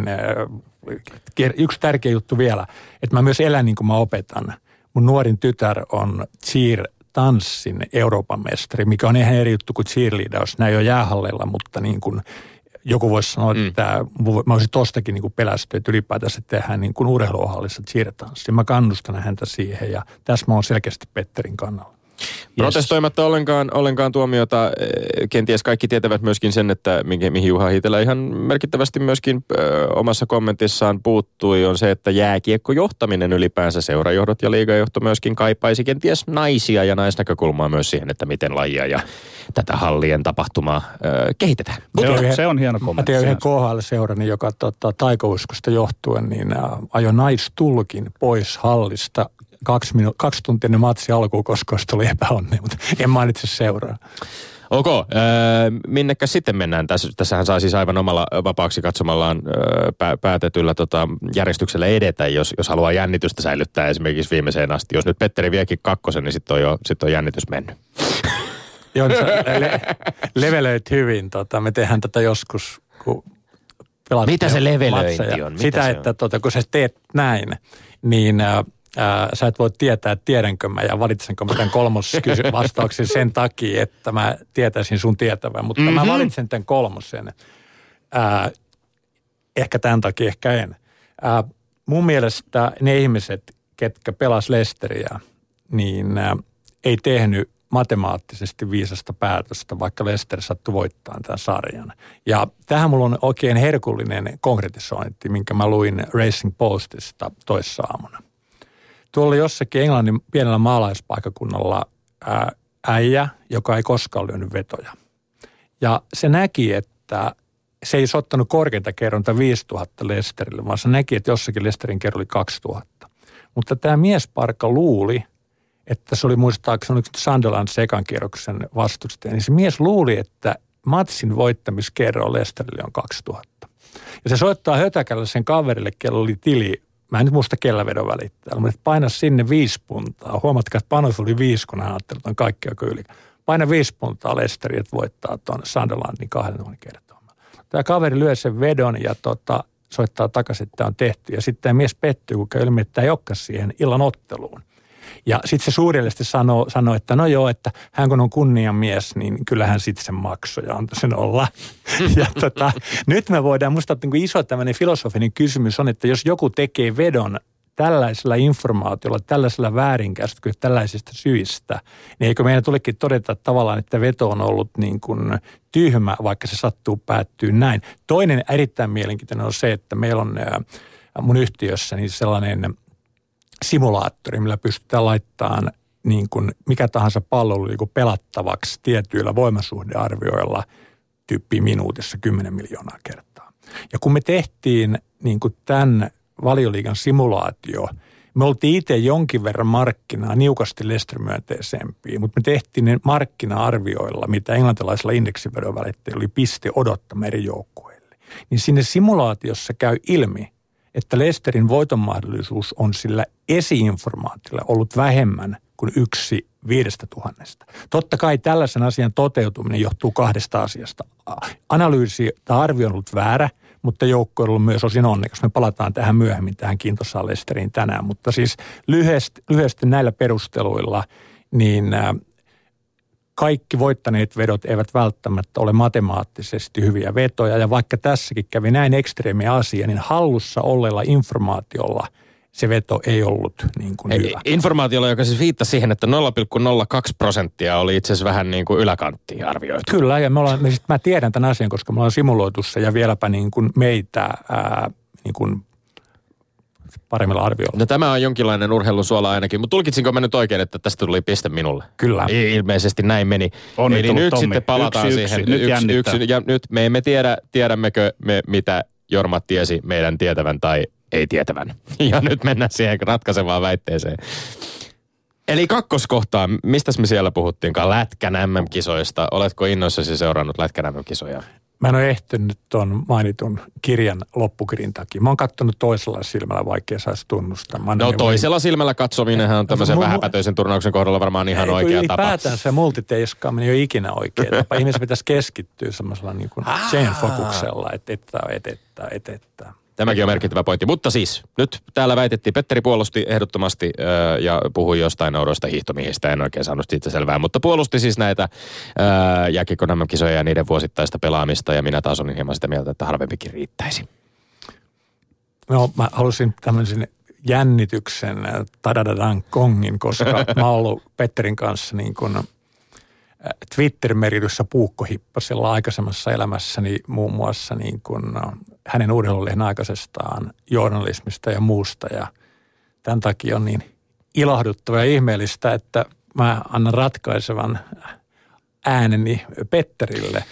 Yksi tärkeä juttu vielä, että mä myös elän niin kuin mä opetan. Mun nuorin tytär on cheer tanssin Euroopan mestari, mikä on ihan eri juttu kuin cheerleadaus. Nämä ei ole jäähalleilla, mutta niin kuin joku voisi sanoa, mm. että mä olisin tostakin niin kuin pelästynyt, että ylipäätänsä tehdään niin kuin urheiluhallissa cheer-tanssi. Mä kannustan häntä siihen ja tässä mä oon selkeästi Petterin kannalla. Protestoimatta ollenkaan, ollenkaan tuomiota, kenties kaikki tietävät myöskin sen, että mihin Juha Hiitelä ihan merkittävästi myöskin ö, omassa kommentissaan puuttui, on se, että jääkiekkojohtaminen ylipäänsä, seurajohdot ja liigajohto myöskin kaipaisi kenties naisia ja naisnäkökulmaa myös siihen, että miten lajia ja tätä hallien tapahtumaa ö, kehitetään. Se on, se on hieno kommentti. Mä tiedän yhden K H L-seurani, joka tota, taikauskosta johtuen niin ä, ajoi naistulkin pois hallista. Kaksi, minu- kaksi tuntinen matsi alkuun, koska se oli epäonni, mutta en mainitse seuraa. Ok, äh, minnekä sitten mennään? Tässä, tässähän saa siis aivan omalla vapaaksi katsomallaan äh, päätetyllä tota, järjestyksellä edetä, jos, jos haluaa jännitystä säilyttää esimerkiksi viimeiseen asti. Jos nyt Petteri viekin kakkosen, niin sitten on jo sit on jännitys mennyt. Joo, le- levelöit hyvin. Tota, me tehdään tätä joskus, kun pelataan. Mitä se levelöinti on? Mitä Sitä, se että on? Tota, kun sä teet näin, niin Äh, Ää, sä et voi tietää, että tiedänkö mä ja valitsenko mä tämän kolmosvastauksen sen takia, että mä tietäisin sun tietävän. Mutta mm-hmm. mä valitsen tämän kolmosen. Ää, ehkä tämän takia, ehkä en. Ää, mun mielestä ne ihmiset, ketkä pelas Leicesteriä, niin ää, ei tehnyt matemaattisesti viisasta päätöstä, vaikka Leicester sattui voittaa tämän sarjan. Ja tähän mulla on oikein herkullinen konkretisointi, minkä mä luin Racing Postista toissaamuna. Tuolla jossakin Englannin pienellä maalaispaikakunnalla ää, äijä, joka ei koskaan lyönyt vetoja. Ja se näki, että se ei ottanut korkeinta kerronta viisituhatta Leicesterille, vaan se näki, että jossakin Leicesterin kerro oli kaksituhatta. Mutta tämä miesparkka luuli, että se oli muistaakseni Sunderland sekan kierroksen vastustaja, niin se mies luuli, että matsin voittamiskerro Leicesterille on kaksituhatta. Ja se soittaa hötäkällä sen kaverille, kello oli tili. Mä en nyt muista kellä vedon välittää, mutta paina sinne viisi puntaa. Huomatkaa, että panos oli viisi, kun hän ajatteli, että on kaikki aika yli. Paina viisi puntaa Leicesteria, että voittaa tuon Sunderlandin kahden tuhannen kertaa. Tämä kaveri lyö sen vedon ja tota, soittaa takaisin, että tämä on tehty. Ja sitten tämä mies pettyy, kun käy ilmi, että tämä ei olekaan siihen illan otteluun. Ja sitten se suurellisesti sanoo, sanoo, että no joo, että hän kun on kunniamies, niin kyllähän sitten sen maksoi ja antoi sen olla. Ja tota, nyt me voidaan, musta niin kuin iso tämmöinen filosofinen kysymys on, että jos joku tekee vedon tällaisella informaatiolla, tällaisella väärinkäsityksellä, tällaisista syistä, niin eikö meidän tulekin todeta tavallaan, että veto on ollut niin kuin tyhmä, vaikka se sattuu päättyy näin. Toinen erittäin mielenkiintoinen on se, että meillä on mun yhtiössä niin sellainen simulaattori, millä pystytään laittamaan niin kuin mikä tahansa pallo niin kuin pelattavaksi tietyillä voimasuhdearvioilla tyyppiä minuutissa kymmenen miljoonaa kertaa. Ja kun me tehtiin niin kuin tämän Valioliigan simulaatio, me oltiin itse jonkin verran markkinaa niukasti Leicester-myönteisempiä, mutta me tehtiin ne markkina-arvioilla, mitä englantilaisilla indeksivedon välitteillä oli piste odottama eri joukkueille. Niin sinne simulaatiossa käy ilmi, että Leicesterin voitonmahdollisuus on sillä esi-informaatiolla ollut vähemmän kuin yksi viidestä tuhannesta. Totta kai tällaisen asian toteutuminen johtuu kahdesta asiasta. Analyysi tai arvio on ollut väärä, mutta joukko on ollut myös osin onnekas. Me palataan tähän myöhemmin, tähän kiintoisaan Leicesteriin tänään. Mutta siis lyhyesti, lyhyesti näillä perusteluilla, niin kaikki voittaneet vedot eivät välttämättä ole matemaattisesti hyviä vetoja. Ja vaikka tässäkin kävi näin ekstreemi asia, niin hallussa olleella informaatiolla se veto ei ollut niin kuin hyvä. Informaatiolla, joka siis viittasi siihen, että nolla pilkku nolla kaksi prosenttia oli itse asiassa vähän niin kuin yläkanttiin arvioitu. Kyllä, ja me ollaan, me sit mä tiedän tämän asian, koska me ollaan simuloitu se ja vieläpä niin kuin meitä ää, niin kuin paremmilla arvioilla. No tämä on jonkinlainen urheilun suola ainakin, mutta tulkitsinko mä nyt oikein, että tästä tuli piste minulle? Kyllä. Ilmeisesti näin meni. Eli nyt Tommi. Sitten palataan yksi, siihen. Yksi, nyt yksi, yksi, ja nyt me emme tiedä, tiedämmekö me, mitä Jorma tiesi meidän tietävän tai ei tietävän. Ja nyt mennään siihen ratkaisevaan väitteeseen. Eli kakkoskohtaa, mistäs me siellä puhuttiinkaan? Lätkän äm äm-kisoista. Oletko innoissasi seurannut Lätkän äm äm-kisoja? Mä en ole ehtinyt tuon mainitun kirjan loppukirjan takia. Mä oon katsonut toisella silmällä, vaikea saisi tunnustaa. No toisella silmällä katsominenhan on tämmöisen vähäpätöisen turnauksen kohdalla varmaan ihan ei, oikea tapa. Ylipäätään se multiteiskaaminen ei ole ikinä oikea tapa. Ihmisen pitäisi keskittyä semmoisella niin kuin chain fokuksella, että etää, etettä, etettä. Tämäkin on merkittävä pointti. Mutta siis, nyt täällä väitettiin, Petteri puolusti ehdottomasti öö, ja puhui jostain oudoista hiihtomiehistä. En oikein saanut siitä selvää, mutta puolusti siis näitä öö, jääkiekon M M-kisoja ja niiden vuosittaista pelaamista. Ja minä taas olin hieman sitä mieltä, että harvempikin riittäisi. No, mä halusin tämmöisen jännityksen tadadadan kongin, koska mä oon ollut Petterin kanssa niin kuin Twitter-merityssä puukkohippasella aikaisemmassa elämässäni muun muassa niin kuin hänen urheilulehden aikaisestaan journalismista ja muusta. Ja tämän takia on niin ilahduttava ja ihmeellistä, että mä annan ratkaisevan ääneni Petterille.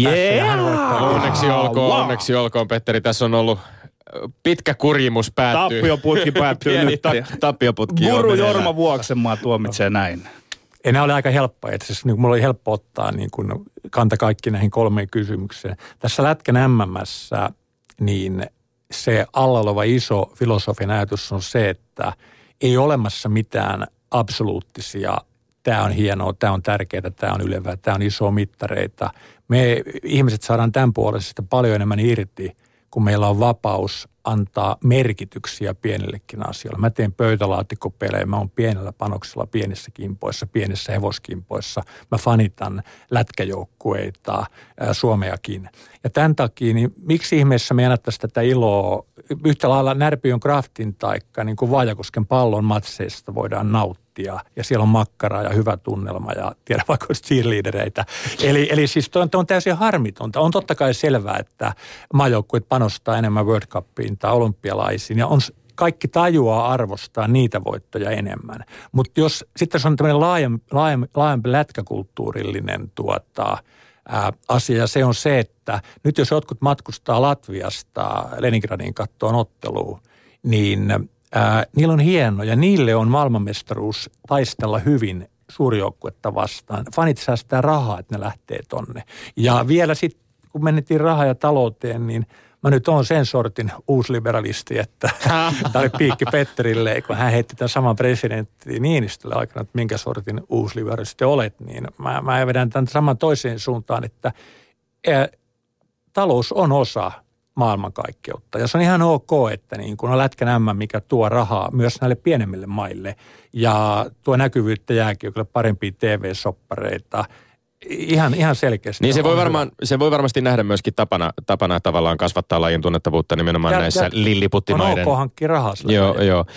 Yeah. Onneksi olkoon, wow. onneksi olkoon Petteri. Tässä on ollut pitkä kurjimus päättyy. Tappioputki päättyy nyt. Tappioputki. Guru Jorma Vuoksenmaa tuomitsee näin. Ei nämä ole aika helppoa. Itse asiassa niin mulla oli helppo ottaa niin kuin kanta kaikki näihin kolmeen kysymykseen. Tässä Lätkän M M:ssä niin se alla oleva iso filosofian ajatus on se, että ei olemassa mitään absoluuttisia, tämä on hienoa, tämä on tärkeää, tämä on ylevää, tämä on isoa mittareita. Me ihmiset saadaan tämän puolesta paljon enemmän irti, kun meillä on vapaus antaa merkityksiä pienillekin asioille. Mä teen pöytälaatikkopelejä, mä oon pienellä panoksella pienissä kimpoissa, pienissä hevoskimpoissa. Mä fanitan lätkäjoukkueita, ää, Suomeakin. Ja tämän takia, niin miksi ihmeessä me annettaisiin tätä iloa? Yhtä lailla Närpiön Craftin taikka niin kuin Vaajakosken pallon matseista voidaan nauttia. Ja siellä on makkaraa ja hyvä tunnelma ja tiedä vaikka cheerleadereitä. Eli, eli siis toi on, toi on täysin harmitonta. On totta kai selvää, että maajoukkueet panostaa enemmän World Cupiin tai olympialaisiin ja on kaikki tajuaa arvostaa niitä voittoja enemmän. Mutta jos sitten se on tämmöinen laajempi, laajempi, laajempi lätkäkulttuurillinen tuota, ää, asia, se on se, että nyt jos jotkut matkustaa Latviasta Leningradin kattoon otteluun, niin Ää, niillä on hieno ja niille on maailmanmestaruus taistella hyvin suurijoukkuetta vastaan. Fanit säästää rahaa, että ne lähtee tonne. Ja vielä sitten, kun menettiin rahaa ja talouteen, niin mä nyt oon sen sortin uusliberalisti, että tämä oli piikki Petterille, kun hän heitti tämän saman presidentti Niinistölle aikana, että minkä sortin uusliberalisti olet, niin mä, mä vedän tämän saman toiseen suuntaan, että ää, talous on osa maailmankaikkeutta. Ja se on ihan ok, että niin kun on Lätkän M M, mikä tuo rahaa myös näille pienemmille maille ja tuo näkyvyyttä jääkiekolle, parempia T V-soppareita. Ihan, ihan selkeästi. Niin se voi, varmaan, se voi varmasti nähdä myöskin tapana, tapana tavallaan kasvattaa lajin tunnettavuutta nimenomaan ja, näissä ja lilliputtimaiden. On ok hankkia rahaa. Joo, joo.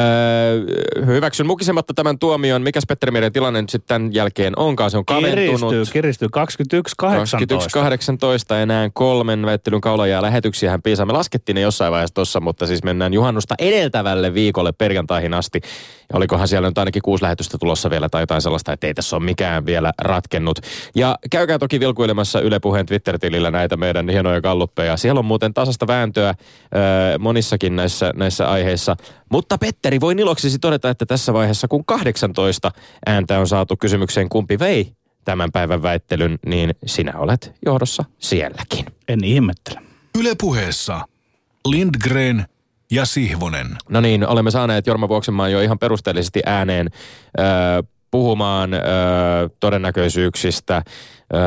Öö, hyväksyn mukisematta tämän tuomion. Mikäs Petteri meidän tilanne nyt sitten tämän jälkeen onkaan? Se on kaventunut. Kiristyy, kiristyy. kaksikymmentäyksi kahdeksantoista. kaksikymmentäyksi kahdeksantoista enää kolmen väittelyn kaula ja lähetyksiähän piisaa. Me laskettiin ne jossain vaiheessa tossa, mutta siis mennään juhannusta edeltävälle viikolle perjantaihin asti. Ja olikohan siellä nyt ainakin kuusi lähetystä tulossa vielä tai jotain sellaista, että ei tässä ole mikään vielä ratkennut. Ja käykää toki vilkuilemassa Yle Puheen Twitter-tilillä näitä meidän hienoja galluppeja. Siellä on muuten tasasta vääntöä äh, monissakin näissä, näissä aiheissa. Mutta Petteri voi iloksesi todeta, että tässä vaiheessa kun kahdeksantoista ääntä on saatu kysymykseen kumpi vei tämän päivän väittelyn, niin sinä olet johdossa sielläkin. En ihmettele. Yle Puheessa Lindgren ja Sihvonen. No niin, olemme saaneet Jorma Vuoksenmaan jo ihan perusteellisesti ääneen äh, puhumaan ö, todennäköisyyksistä, ö,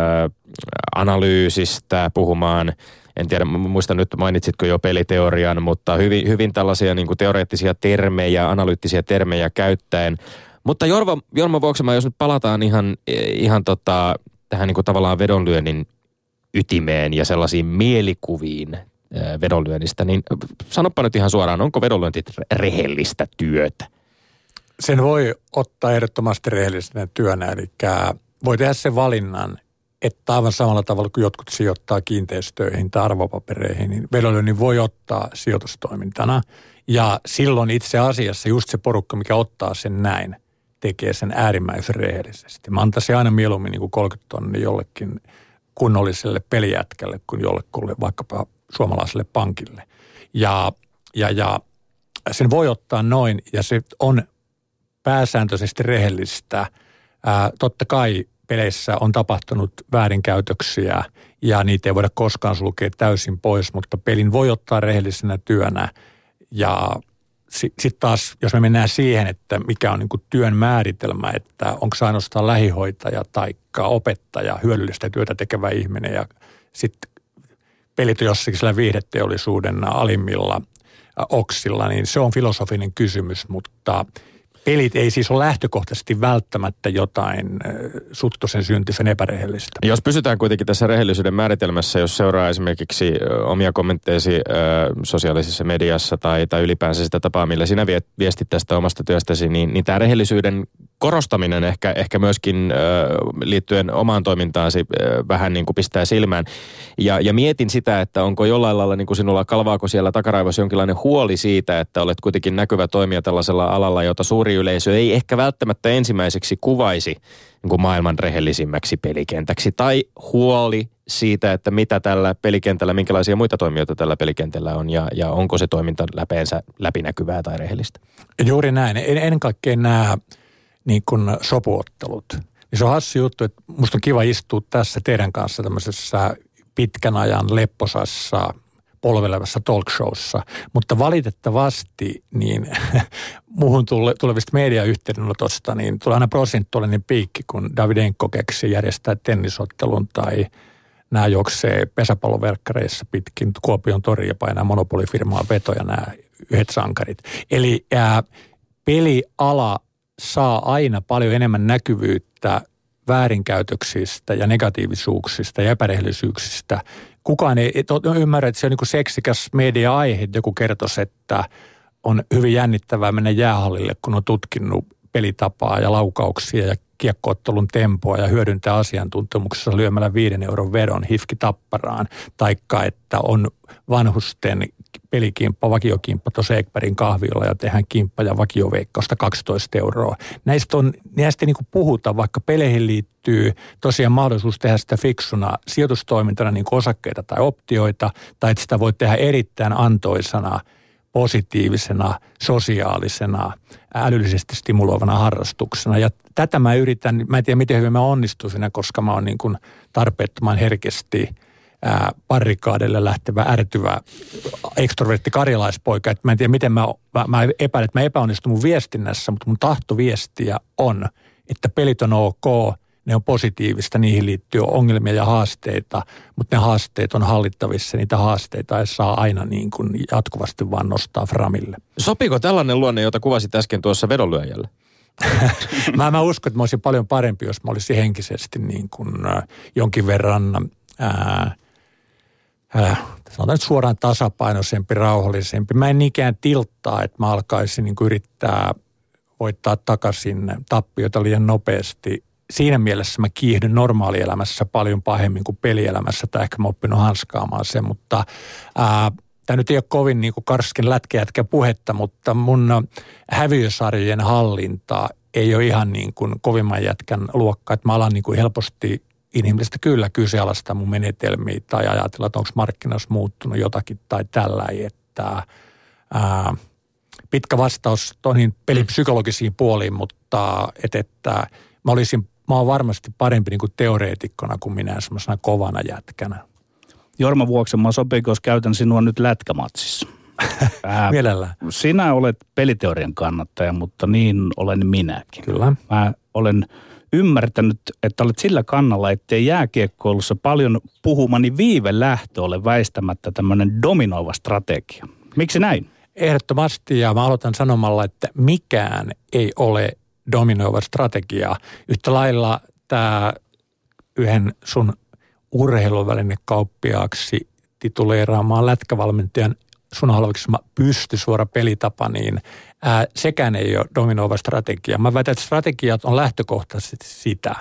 analyysistä, puhumaan, en tiedä, muista nyt mainitsitko jo peliteorian, mutta hyvin, hyvin tällaisia niin kuin teoreettisia termejä, analyyttisiä termejä käyttäen. Mutta Jorma, Jorma Vuoksenmaa, jos nyt palataan ihan, ihan tota, tähän niin kuin tavallaan vedonlyönnin ytimeen ja sellaisiin mielikuviin ö, vedonlyönnistä, niin sanoppa nyt ihan suoraan, onko vedonlyönti rehellistä työtä? Sen voi ottaa ehdottomasti rehellisenä työnä, eli voi tehdä sen valinnan, että aivan samalla tavalla kuin jotkut sijoittaa kiinteistöihin tai arvopapereihin, niin vedonlyönnin voi ottaa sijoitustoimintana. Ja silloin itse asiassa just se porukka, mikä ottaa sen näin, tekee sen äärimmäisen rehellisesti. Mä antaisin aina mieluummin niin kuin kolmekymmentä tonnia jollekin kunnolliselle pelijätkälle kuin jollekulle vaikkapa suomalaiselle pankille. Ja, ja, ja sen voi ottaa noin, ja se on pääsääntöisesti rehellistä. Ää, totta kai peleissä on tapahtunut väärinkäytöksiä ja niitä ei voida koskaan sulkea täysin pois, mutta pelin voi ottaa rehellisenä työnä. Ja sitten sit taas, jos me mennään siihen, että mikä on niinku työn määritelmä, että onko se ainoastaan lähihoitaja tai opettaja, hyödyllistä työtä tekevä ihminen ja sitten pelit jossakin sillä viihdeteollisuuden alimmilla oksilla, niin se on filosofinen kysymys, mutta pelit ei siis ole lähtökohtaisesti välttämättä jotain suttosen syntisen epärehellistä. Jos pysytään kuitenkin tässä rehellisyyden määritelmässä, jos seuraa esimerkiksi omia kommentteisi sosiaalisessa mediassa tai, tai ylipäänsä sitä tapaa, millä sinä viestit tästä omasta työstäsi, niin, niin tämä rehellisyyden korostaminen ehkä, ehkä myöskin liittyen omaan toimintaasi vähän niin kuin pistää silmään. Ja, ja mietin sitä, että onko jollain lailla niin kuin sinulla, kalvaako siellä takaraivossa jonkinlainen huoli siitä, että olet kuitenkin näkyvä toimija tällaisella alalla, jota suuri yleisö ei ehkä välttämättä ensimmäiseksi kuvaisi niin kuin maailman rehellisimmäksi pelikentäksi. Tai huoli siitä, että mitä tällä pelikentällä, minkälaisia muita toimijoita tällä pelikentällä on ja, ja onko se toiminta läpeensä läpinäkyvää tai rehellistä. Juuri näin. Ennen kaikkea nämä niin kuin sopuottelut. Niin se on hassu juttu, että musta on kiva istua tässä teidän kanssa tämmöisessä pitkän ajan lepposassa polvelevassa talkshowssa, mutta valitettavasti niin muuhun tulevista mediayhteydenotosta niin tulee aina prosentuaalinen piikki, kun Davydenko keksii järjestää tennisottelun tai nämä juoksee pesäpalloverkkareissa pitkin Kuopion toria ja painaa monopolifirmaa vetoja nämä yhdet sankarit. Eli ää, peliala saa aina paljon enemmän näkyvyyttä väärinkäytöksistä ja negatiivisuuksista ja epärehellisyyksistä. Kukaan ei ymmärrä, että se on niin kuin seksikäs media-aihe. Joku kertoisi, että on hyvin jännittävää mennä jäähallille, kun on tutkinut pelitapaa ja laukauksia ja kiekkoottelun tempoa ja hyödyntää asiantuntemuksessa lyömällä viiden euron vedon hifki tapparaan. Taikka, että on vanhusten pelikimppa, vakiokimppa tuossa Ekbergin kahviolla ja tehdään kimppa ja vakioveikkausta kaksitoista euroa. Näistä, on, näistä ei niin kuin puhuta, vaikka peleihin liittyy tosiaan mahdollisuus tehdä sitä fiksuna sijoitustoimintana niin kuin osakkeita tai optioita, tai että sitä voi tehdä erittäin antoisana, positiivisena, sosiaalisena, älyllisesti stimuloivana harrastuksena. Ja tätä mä yritän, mä en tiedä miten hyvin mä onnistun siinä, koska mä oon niin kuin tarpeettoman herkästi ää, barrikaadelle lähtevä, ärtyvä, ekstrovertti karjalaispoika. Et mä en tiedä miten mä, mä, mä epäilen, että mä epäonnistun mun viestinnässä, mutta mun tahtoviestiä on, että pelit on ok, ne on positiivista, niihin liittyy ongelmia ja haasteita, mutta ne haasteet on hallittavissa, niitä haasteita ei saa aina niin kuin jatkuvasti vaan nostaa framille. Sopiiko tällainen luonne, jota kuvasit äsken tuossa vedonlyöjälle? mä, mä uskon, että mä olisin paljon parempi, jos mä olisin henkisesti niin kuin äh, jonkin verran, ää, äh, sanotaan nyt suoraan tasapainoisempi, rauhallisempi. Mä en ikään tilttaa, että mä alkaisin niin kuin yrittää voittaa takaisin tappioita liian nopeasti. Siinä mielessä mä kiihdyn normaalielämässä paljon pahemmin kuin pelielämässä, tai ehkä mä oon oppinut hanskaamaan sen, mutta ää, tämä nyt ei ole kovin niin kuin karsken lätkäjätkä puhetta, mutta mun häviösarjojen hallinta ei ole ihan niin kuin kovimman jätkän luokka, että mä alan niin kuin helposti inhimillistä kyllä kyseenalaistaa mun menetelmiä tai ajatella, että onko markkinassa muuttunut jotakin tai tällä, että ää, pitkä vastaus toihin pelipsykologisiin puoliin, mutta että, että mä olisin Mä oon varmasti parempi niin kuin teoreetikkona kuin minä semmoisena kovana jätkänä. Jorma Vuoksenmaa, sopiiko, jos käytän sinua nyt lätkämatsissa? Ää, Mielellään. Sinä olet peliteorian kannattaja, mutta niin olen minäkin. Kyllä. Mä olen ymmärtänyt, että olet sillä kannalla, ettei jääkiekkoilussa paljon puhumani viivelähtö ole väistämättä tämmöinen dominoiva strategia. Miksi näin? Ehdottomasti, ja mä aloitan sanomalla, että mikään ei ole dominoiva strategia. Yhtä lailla tämä yhden sun urheiluvälinekauppiaaksi tituleeraamaan lätkävalmentajan sun halveksima pystysuora pelitapa, niin ää, sekään ei ole dominoiva strategia. Mä väitän, että strategiat on lähtökohtaisesti sitä,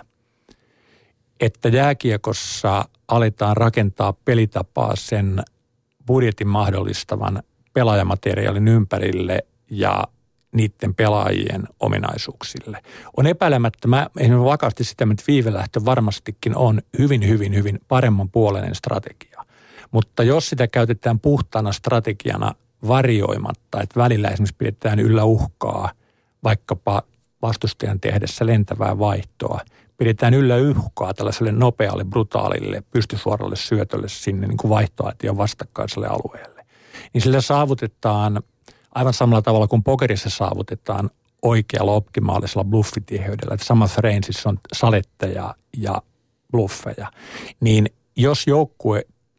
että jääkiekossa aletaan rakentaa pelitapaa sen budjetin mahdollistavan pelaajamateriaalin ympärille ja niiden pelaajien ominaisuuksille. On epäilemättä, mä esimerkiksi vakaasti sitä, että viivelähtö varmastikin on hyvin, hyvin, hyvin paremman puoleinen strategia. Mutta jos sitä käytetään puhtaana strategiana varjoimatta, että välillä esimerkiksi pidetään yllä uhkaa, vaikkapa vastustajan tehdessä lentävää vaihtoa, pidetään yllä uhkaa tällaiselle nopealle, brutaalille, pystysuoralle syötölle sinne niin kuin vaihtoaition vastakkaiselle alueelle. Niin sillä saavutetaan aivan samalla tavalla kuin pokerissa saavutetaan oikealla optimaalisella bluffitiheydellä, että samassa rangeissa on saletteja ja bluffeja, niin jos joukkue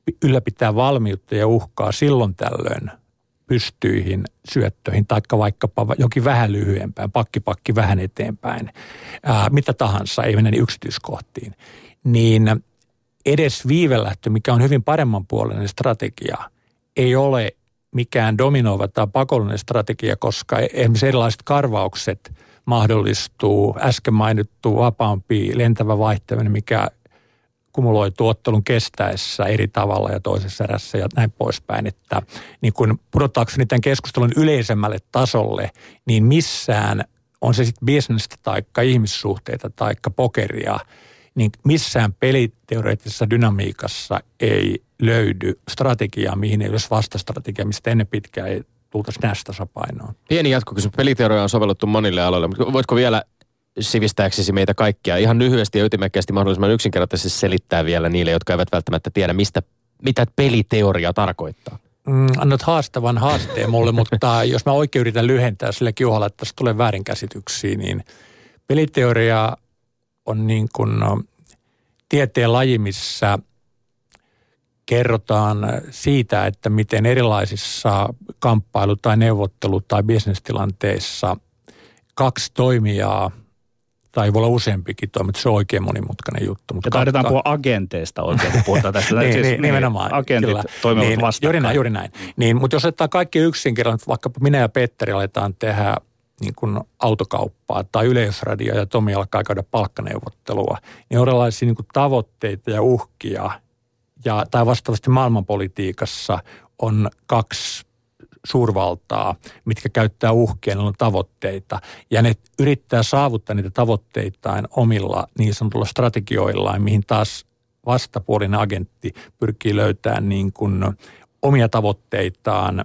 ylläpitää valmiutta ja uhkaa silloin tällöin pystyihin syöttöihin, taikka vaikkapa jokin vähän lyhyempään, pakkipakki vähän eteenpäin, ää, mitä tahansa, ei mennä yksityiskohtiin, niin edes viivelähtö, mikä on hyvin paremman puolinen strategia, ei ole mikään dominoiva tai pakollinen strategia, koska esimerkiksi erilaiset karvaukset mahdollistuu, äsken mainittu vapaampi lentävä vaihtaminen, mikä kumuloi tuottelun kestäessä eri tavalla ja toisessa erässä ja näin poispäin, että niin kun pudottaakseni tämän keskustelun yleisemmälle tasolle, niin missään, on se sitten bisnestä taikka ihmissuhteita taikka pokeria, niin missään peliteoreettisessa dynamiikassa ei löydy strategiaa, mihin ei olisi vastastrategia, mistä ennen pitkään ei tultaisi nästasapainoon. Pieni jatkokysymys. Peliteoria on sovellettu monille aloille, mutta voitko vielä sivistääksesi meitä kaikkia ihan lyhyesti ja ytimekkäästi mahdollisimman yksinkertaisesti selittää vielä niille, jotka eivät välttämättä tiedä, mistä, mitä peliteoria tarkoittaa? Mm, annat haastavan haasteen mulle, mutta jos mä oikein yritän lyhentää sillä kiuhalla, että tässä tulee väärinkäsityksiä, niin peliteoria on niin kuin no, tieteen laji, missä kerrotaan siitä, että miten erilaisissa kamppailu- tai neuvottelu- tai bisnestilanteissa kaksi toimijaa, tai voi olla useampikin toimi, se on oikein monimutkainen juttu. Mutta ja taidetaan puhua agenteista oikein, kun puhutaan tästä. niin, siis, niin, nimenomaan. Agentit kyllä toimivat niin, vastakkain. Juuri näin, juuri näin. Niin, mutta jos ottaa kaikki yksinkertaisesti, vaikka minä ja Petteri aletaan tehdä niin kuin autokauppaa tai Yleisradio ja Tomi alkaa käydä palkkaneuvottelua, niin on erilaisia niin kuin tavoitteita ja uhkia. Ja, tai vastaavasti maailmanpolitiikassa on kaksi suurvaltaa, mitkä käyttää uhkia, ne on tavoitteita. Ja ne yrittää saavuttaa niitä tavoitteitaan omilla niin sanotulla strategioillaan, mihin taas vastapuolinen agentti pyrkii löytämään niin kuin omia tavoitteitaan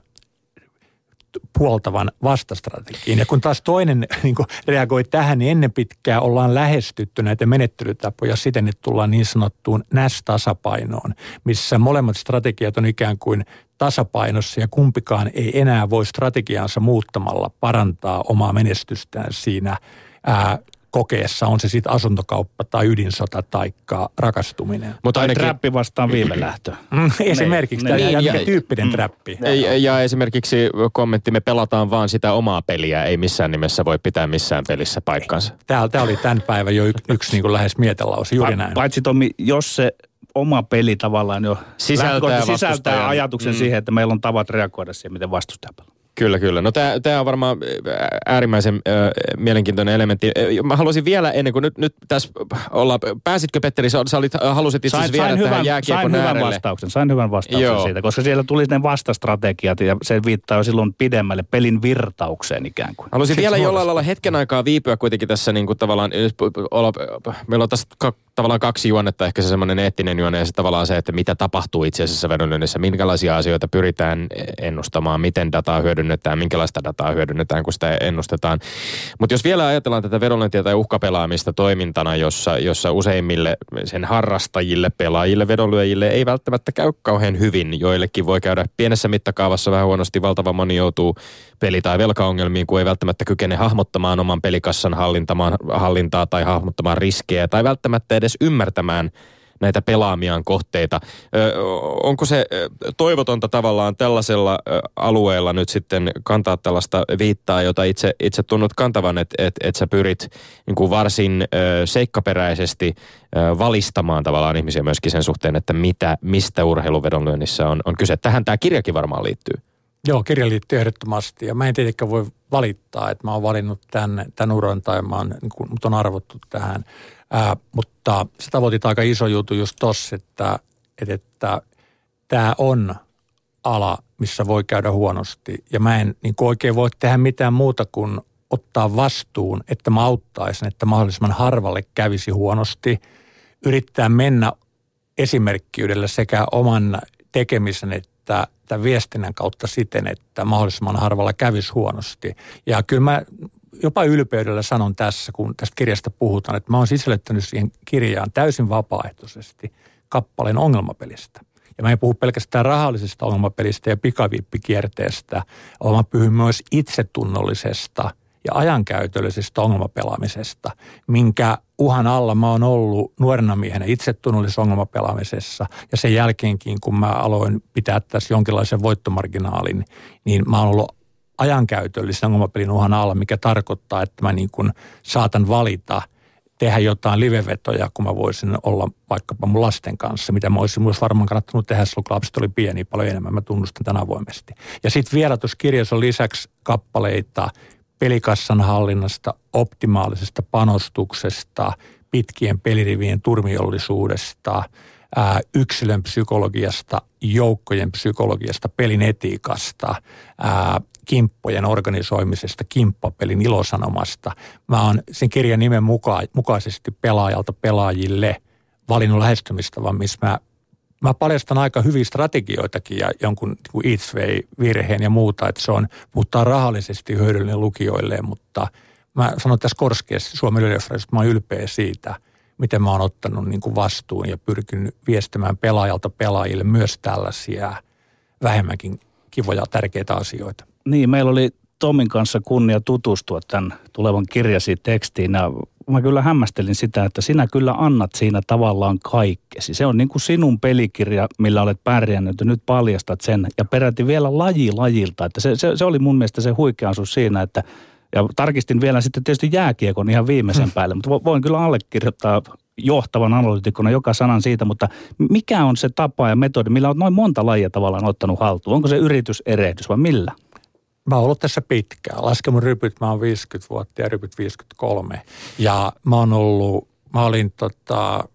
puoltavan vastastrategiin. Ja kun taas toinen niin kuin reagoi tähän, niin ennen pitkää ollaan lähestytty näitä menettelytapoja siten, että tullaan niin sanottuun näs-tasapainoon, missä molemmat strategiat on ikään kuin tasapainossa ja kumpikaan ei enää voi strategiansa muuttamalla parantaa omaa menestystään siinä ää, kokeessa, on se sitten asuntokauppa tai ydinsota tai rakastuminen. Mutta ainakin trappi vastaan viivelähtö. Mm, esimerkiksi, tämä ja, ja, tyyppinen mm, trappi. Ja, ja esimerkiksi kommentti, me pelataan vaan sitä omaa peliä, ei missään nimessä voi pitää missään pelissä paikkansa. Tämä, tämä oli tämän päivän jo yksi, yksi niin kuin lähes mietelause, juuri näin. Paitsi Tomi, jos se oma peli tavallaan jo sisältää, sisältää ajatuksen mm. siihen, että meillä on tavat reagoida siihen, miten vastustaja pelaa. Kyllä, kyllä. No tämä on varmaan äärimmäisen äh, mielenkiintoinen elementti. Mä haluaisin vielä ennen kuin nyt, nyt tässä olla, pääsitkö Petteri, sä, sä olit, halusit itse asiassa viedä tähän hyvän, jääkiekon sain äärelle. Hyvän vastauksen, sain hyvän vastauksen Joo. siitä, koska siellä tuli ne vastastrategiat ja se viittaa jo silloin pidemmälle pelin virtaukseen ikään kuin. Haluaisin vielä jollain lailla hetken aikaa viipyä kuitenkin tässä niin kuin tavallaan, olla, meillä on tässä ka, tavallaan kaksi juonnetta, ehkä se semmoinen eettinen juonne ja se tavallaan se, että mitä tapahtuu itse asiassa vedonlyönnissä, minkälaisia asioita pyritään ennustamaan, miten dataa hyödynnetään, minkälaista dataa hyödynnetään, kun sitä ennustetaan. Mutta jos vielä ajatellaan tätä vedonlyöntiä tai uhkapelaamista toimintana, jossa, jossa useimmille sen harrastajille, pelaajille, vedonlyöjille ei välttämättä käy kauhean hyvin. Joillekin voi käydä pienessä mittakaavassa vähän huonosti, valtava moni joutuu peli- tai velkaongelmiin, kun ei välttämättä kykene hahmottamaan oman pelikassan hallintaa tai hahmottamaan riskejä tai välttämättä edes ymmärtämään näitä pelaamiaan kohteita. Ö, onko se toivotonta tavallaan tällaisella alueella nyt sitten kantaa tällaista viittaa, jota itse, itse tunnut kantavan, että et, et sä pyrit niin kuin varsin ö, seikkaperäisesti ö, valistamaan tavallaan ihmisiä myöskin sen suhteen, että mitä, mistä urheiluvedonlyönnissä on, on kyse. Tähän tämä kirjakin varmaan liittyy. Joo, kirja liittyy ehdottomasti ja mä en tietenkään voi valittaa, että mä oon valinnut tämän, tämän uran tai mä oon, niin kuin, mut on arvottu tähän. Ää, mutta se tavoitit aika iso juttu just tossa, että, että, että tämä on ala, missä voi käydä huonosti. Ja mä en niin oikein voi tehdä mitään muuta kuin ottaa vastuun, että mä auttaisin, että mahdollisimman harvalle kävisi huonosti. Yrittää mennä esimerkkiydellä sekä oman tekemisen että tämän viestinnän kautta siten, että mahdollisimman harvalla kävisi huonosti. Ja kyllä mä jopa ylpeydellä sanon tässä, kun tästä kirjasta puhutaan, että mä oon sisällyttänyt siihen kirjaan täysin vapaaehtoisesti kappaleen ongelmapelistä. Ja mä en puhu pelkästään rahallisesta ongelmapelistä ja pikaviippikierteestä, vaan mä puhun myös itsetunnollisesta ja ajankäytöllisestä ongelmapelaamisesta, minkä uhan alla mä oon ollut nuorena miehenä itsetunnollisessa ongelmapelaamisessa ja sen jälkeenkin, kun mä aloin pitää tässä jonkinlaisen voittomarginaalin, niin mä oon ollut ajankäytöllisen ongelmapelin uhan alla, mikä tarkoittaa, että mä niin kuin saatan valita tehdä jotain livevetoja, kun mä voisin olla vaikkapa mun lasten kanssa, mitä mä olisin myös varmaan kannattanut tehdä silloin, kun lapset oli pieni paljon enemmän. Mä tunnustan tämän avoimesti. Ja sitten vielä tuossa kirjassa on lisäksi kappaleita pelikassan hallinnasta, optimaalisesta panostuksesta, pitkien pelirivien turmiollisuudesta, ää, yksilön psykologiasta, joukkojen psykologiasta, pelin etiikasta, ää, kimppojen organisoimisesta, kimppapelin ilosanomasta. Mä oon sen kirjan nimen muka- mukaisesti pelaajalta pelaajille valinnut lähestymistavan, missä mä, mä paljastan aika hyviä strategioitakin ja jonkun niin each way-virheen ja muuta, että se on, puhutaan rahallisesti hyödyllinen lukijoille, mutta mä sanon tässä korskeessa Suomen Yleisradiossa, että mä oon ylpeä siitä, miten mä oon ottanut niin kuin vastuun ja pyrkinyt viestimään pelaajalta pelaajille myös tällaisia vähemmänkin kivoja, tärkeitä asioita. Niin, meillä oli Tomin kanssa kunnia tutustua tämän tulevan kirjasi tekstiin. Mä kyllä hämmästelin sitä, että sinä kyllä annat siinä tavallaan kaikkesi. Se on niin kuin sinun pelikirja, millä olet pärjännyt ja nyt paljastat sen ja peräti vielä laji lajilta. Että se, se, se oli mun mielestä se huikeasuus siinä, että ja tarkistin vielä sitten tietysti jääkiekon ihan viimeisen päälle, mutta voin kyllä allekirjoittaa johtavan analyytikkona joka sanan siitä, mutta mikä on se tapa ja metodi, millä olet noin monta lajia tavallaan ottanut haltuun? Onko se yrityserehdys vai millä? Mä oon ollut tässä pitkään. Laske mun rypyt, mä oon viisikymmentä vuotta ja rypyt viisikymmentäkolme. Ja mä oon ollut, mä olin tota,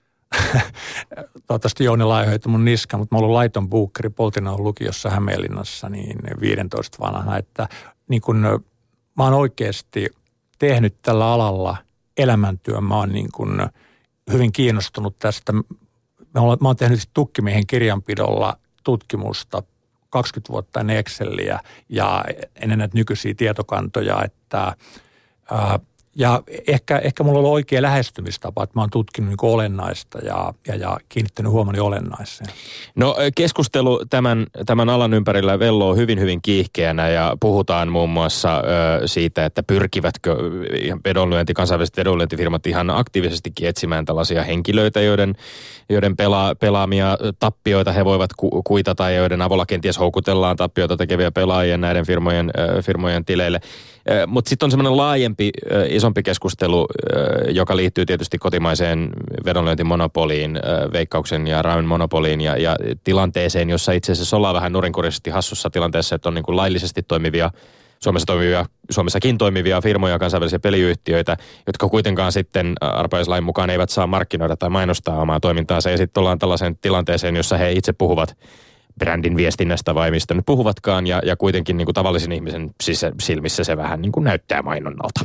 toivottavasti Jouni Laihoita mun niska, mutta mä oon ollut laiton buukkeri Poltinaan lukiossa Hämeenlinnassa niin viisitoista vanhana, että niin kun mä oon oikeasti tehnyt tällä alalla elämäntyön. Mä oon niin kun hyvin kiinnostunut tästä. Mä oon, mä oon tehnyt tukkimiehen kirjanpidolla tutkimusta kaksikymmentä vuotta ennen Exceliä ja ennen näitä nykyisiä tietokantoja, että ää, ja ehkä, ehkä mulla on ollut oikea lähestymistapa, että mä oon tutkinut niin kuin olennaista ja, ja, ja kiinnittänyt huomioon olennaiseen. No keskustelu tämän, tämän alan ympärillä velloo hyvin, hyvin kiihkeänä ja puhutaan muun muassa ö, siitä, että pyrkivätkö vedonlyönti, kansainväliset vedonlyöntifirmat ihan aktiivisestikin etsimään tällaisia henkilöitä, joiden, joiden pela, pelaamia tappioita he voivat ku, kuitata ja joiden avulla kenties houkutellaan tappioita tekeviä pelaajia näiden firmojen, ö, firmojen tileille. Mutta sitten on semmoinen laajempi, isompi keskustelu, joka liittyy tietysti kotimaiseen vedonlyöntimonopoliin, Veikkauksen ja Rayn monopoliin ja, ja tilanteeseen, jossa itse asiassa ollaan vähän nurinkurisesti hassussa tilanteessa, että on niin kuin laillisesti toimivia, Suomessa toimivia, Suomessakin toimivia firmoja, kansainvälisiä peliyhtiöitä, jotka kuitenkaan sitten arpajaislain mukaan eivät saa markkinoida tai mainostaa omaa toimintaansa. Ja sitten ollaan tällaiseen tilanteeseen, jossa he itse puhuvat brändin viestinnästä vai mistä nyt puhuvatkaan, ja, ja kuitenkin niin kuin tavallisen ihmisen silmissä se vähän niin kuin näyttää mainonnalta.